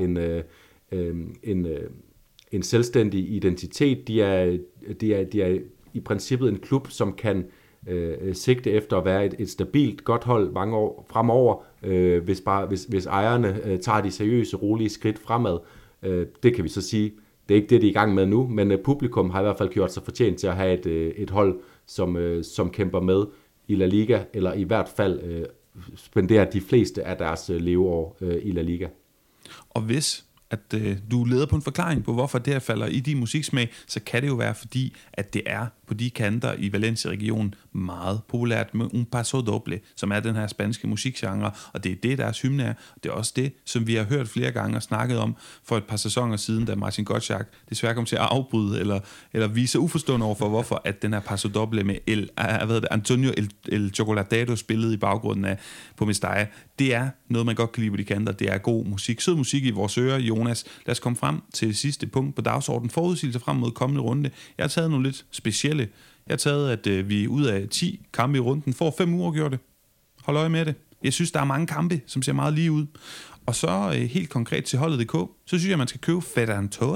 en selvstændig identitet. De er i princippet en klub, som kan sigte efter at være et stabilt, godt hold mange år fremover, hvis ejerne tager de seriøse, rolige skridt fremad. Det kan vi så sige, det er ikke det, de er i gang med nu, men publikum har i hvert fald gjort sig fortjent til at have et hold, som kæmper med i La Liga, eller i hvert fald spenderer de fleste af deres leveår i La Liga. Og hvis at du leder på en forklaring på, hvorfor det her falder i din musiksmag, så kan det jo være fordi, at det er på de kanter i Valencia-regionen meget populært med un paso doble, som er den her spanske musikgenre, og det er det, deres hymne er. Det er også det, som vi har hørt flere gange og snakket om for et par sæsoner siden, da Martin Gottschalk desværre kom til at afbryde eller vise uforstående over for, hvorfor at den her paso doble med Antonio El Chocolatero spillede i baggrunden på Mestalla. Det er noget, man godt kan lide på de kanter. Det er god musik. Sød musik i vores ører, Jonas. Lad os komme frem til det sidste punkt på dagsordenen. Forudsigelse frem mod kommende runde. Jeg har taget nogle lidt specielle. Jeg har taget, at vi ud af 10 kampe i runden får 5 uafgjorte. Hold øje med det. Jeg synes, der er mange kampe, som ser meget lige ud. Og så helt konkret til holdet.dk, så synes jeg, man skal købe Ferran Torres.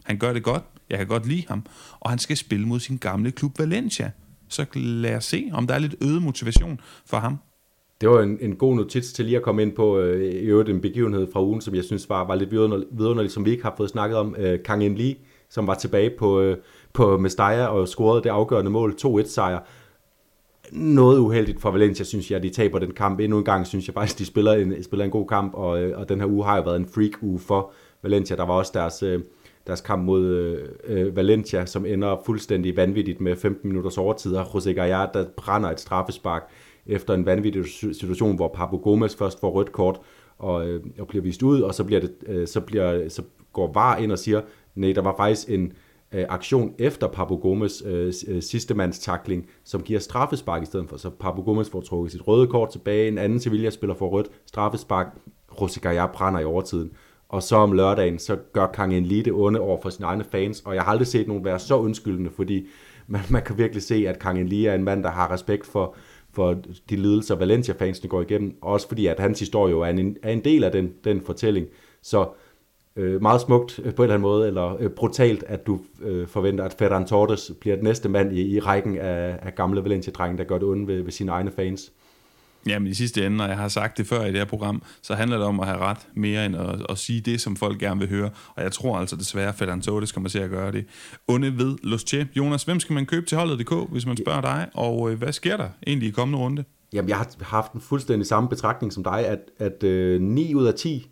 Han gør det godt. Jeg kan godt lide ham. Og han skal spille mod sin gamle klub Valencia. Så lad os se, om der er lidt øget motivation for ham. Det var en god notits til lige at komme ind på i øvrigt en begivenhed fra ugen, som jeg synes var lidt vidunderligt, som vi ikke har fået snakket om. Kang In Lee, som var tilbage på Mestalla og scorede det afgørende mål, 2-1 sejr. Noget uheldigt for Valencia, synes jeg, de taber den kamp. Endnu en gang synes jeg faktisk, de spiller en god kamp, og den her uge har jo været en freak-uge for Valencia. Der var også deres kamp mod Valencia, som ender fuldstændig vanvittigt med 15 minutters overtid, og José Gallar, der brænder et straffespark efter en vanvittig situation, hvor Papu Gomez først får rødt kort og bliver vist ud, og så går VAR ind og siger, nej, der var faktisk en aktion efter Papu Gomez sidste mands tackling, som giver straffespark i stedet for. Så Papu Gomez får trukket sit røde kort tilbage, en anden Sevilla-spiller får rødt straffespark, José Gallar brænder i overtiden. Og så om lørdagen, så gør Kang In Lee det onde over for sine egne fans, og jeg har aldrig set nogen være så undskyldende, fordi man kan virkelig se, at Kang In Lee er en mand, der har respekt for de lidelser, Valencia-fansene går igennem, også fordi, at hans historie jo er en del af den fortælling. Så meget smukt på en eller anden måde, eller brutalt, at du forventer, at Ferran Torres bliver den næste mand i rækken af gamle Valencia-drenge, der gør det onde ved sine egne fans. Jamen i sidste ende, når jeg har sagt det før i det her program, så handler det om at have ret mere end at sige det, som folk gerne vil høre. Og jeg tror altså desværre, at Ferran Torres kommer til at gøre det. Onde ved Los Che. Jonas, hvem skal man købe til holdet.dk, hvis man spørger dig? Og hvad sker der egentlig i kommende runde? Jamen jeg har haft en fuldstændig samme betragtning som dig, at 9 ud af 10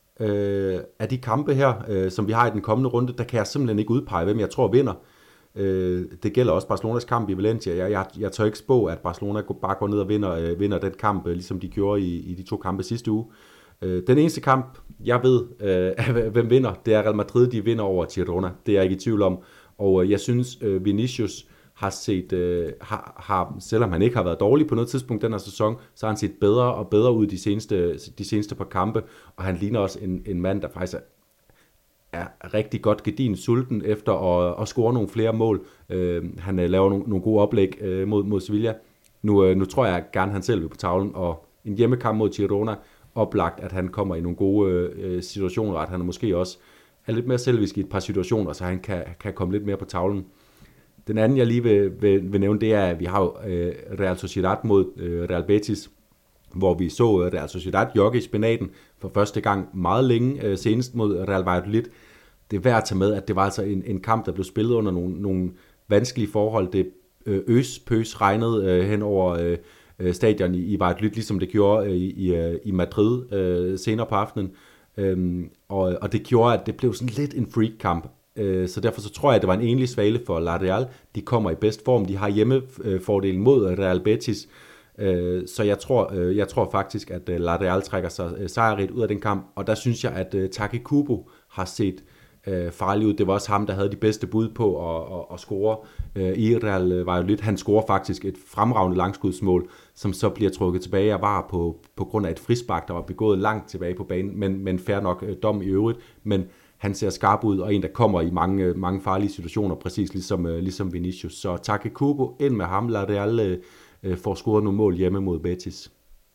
af de kampe her, som vi har i den kommende runde, der kan jeg simpelthen ikke udpege, hvem jeg tror vinder. Det gælder også Barcelonas kamp i Valencia. Jeg tør ikke spå, at Barcelona bare går ned og vinder den kamp, ligesom de gjorde i de 2 kampe sidste uge. Den eneste kamp, jeg ved, hvem vinder, det er Real Madrid, de vinder over Girona. Det er jeg ikke i tvivl om. Og jeg synes, Vinicius har set, selvom han ikke har været dårlig på noget tidspunkt den her sæson, så har han set bedre og bedre ud de seneste par kampe. Og han ligner også en mand, der faktisk er rigtig godt gedin sulten efter at score nogle flere mål. Han laver nogle gode oplæg mod Sevilla. Nu tror jeg gerne, han selv vil på tavlen, og en hjemmekamp mod Girona, oplagt, at han kommer i nogle gode situationer, og at han måske også er lidt mere selvisk i et par situationer, så han kan komme lidt mere på tavlen. Den anden, jeg lige vil nævne, det er, at vi har Real Sociedad mod Real Betis, hvor vi så Real Sociedad jogge i spinaten for første gang meget længe, senest mod Real Valladolid. Det er værd at tage med, at det var altså en kamp, der blev spillet under nogle vanskelige forhold. Det pøs regnede hen over stadion i Valladolid, ligesom det gjorde i Madrid senere på aftenen. Og det gjorde, at det blev sådan lidt en freak-kamp. Så derfor så tror jeg, at det var en enlig svale for La Real. De kommer i bedst form. De har hjemmefordelen mod Real Betis. Så jeg tror faktisk, at La Real trækker sig sejrigt ud af den kamp. Og der synes jeg, at Taki Kubo har set farlig ud. Det var også ham, der havde de bedste bud på at score i Real Valladolid. Han scorer faktisk et fremragende langskudsmål, som så bliver trukket tilbage af VAR på grund af et frispark, der var begået langt tilbage på banen, men fair nok dom i øvrigt. Men han ser skarp ud, og en, der kommer i mange farlige situationer, præcis ligesom Vinicius. Så Taki Kubo ind med ham, La Real får scoret nogle mål hjemme mod Betis.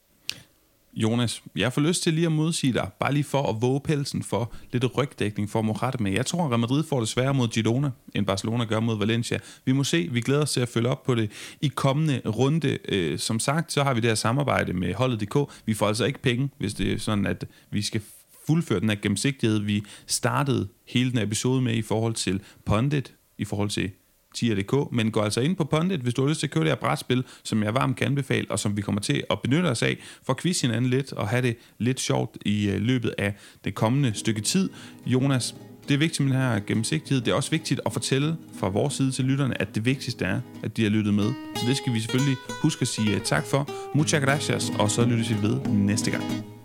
Jonas, jeg får lyst til lige at modsige dig, bare lige for at våge pelsen for lidt rygdækning for Morata, men jeg tror, at Real Madrid får det sværere mod Girona, end Barcelona gør mod Valencia. Vi må se, vi glæder os til at følge op på det i kommende runde. Som sagt, så har vi det her samarbejde med holdet.dk. Vi får altså ikke penge, hvis det er sådan, at vi skal fuldføre den her gennemsigtighed, vi startede hele den episode med i forhold til Pundit, i forhold til tier.dk, men gå altså ind på Pundit, hvis du har lyst til at købe det her brætspil, som jeg varmt kan anbefale, og som vi kommer til at benytte os af, for at quizze hinanden lidt, og have det lidt sjovt i løbet af det kommende stykke tid. Jonas, det er vigtigt med den her gennemsigtighed. Det er også vigtigt at fortælle fra vores side til lytterne, at det vigtigste er, at de har lyttet med. Så det skal vi selvfølgelig huske at sige tak for. Muchas gracias, og så lyttes vi ved næste gang.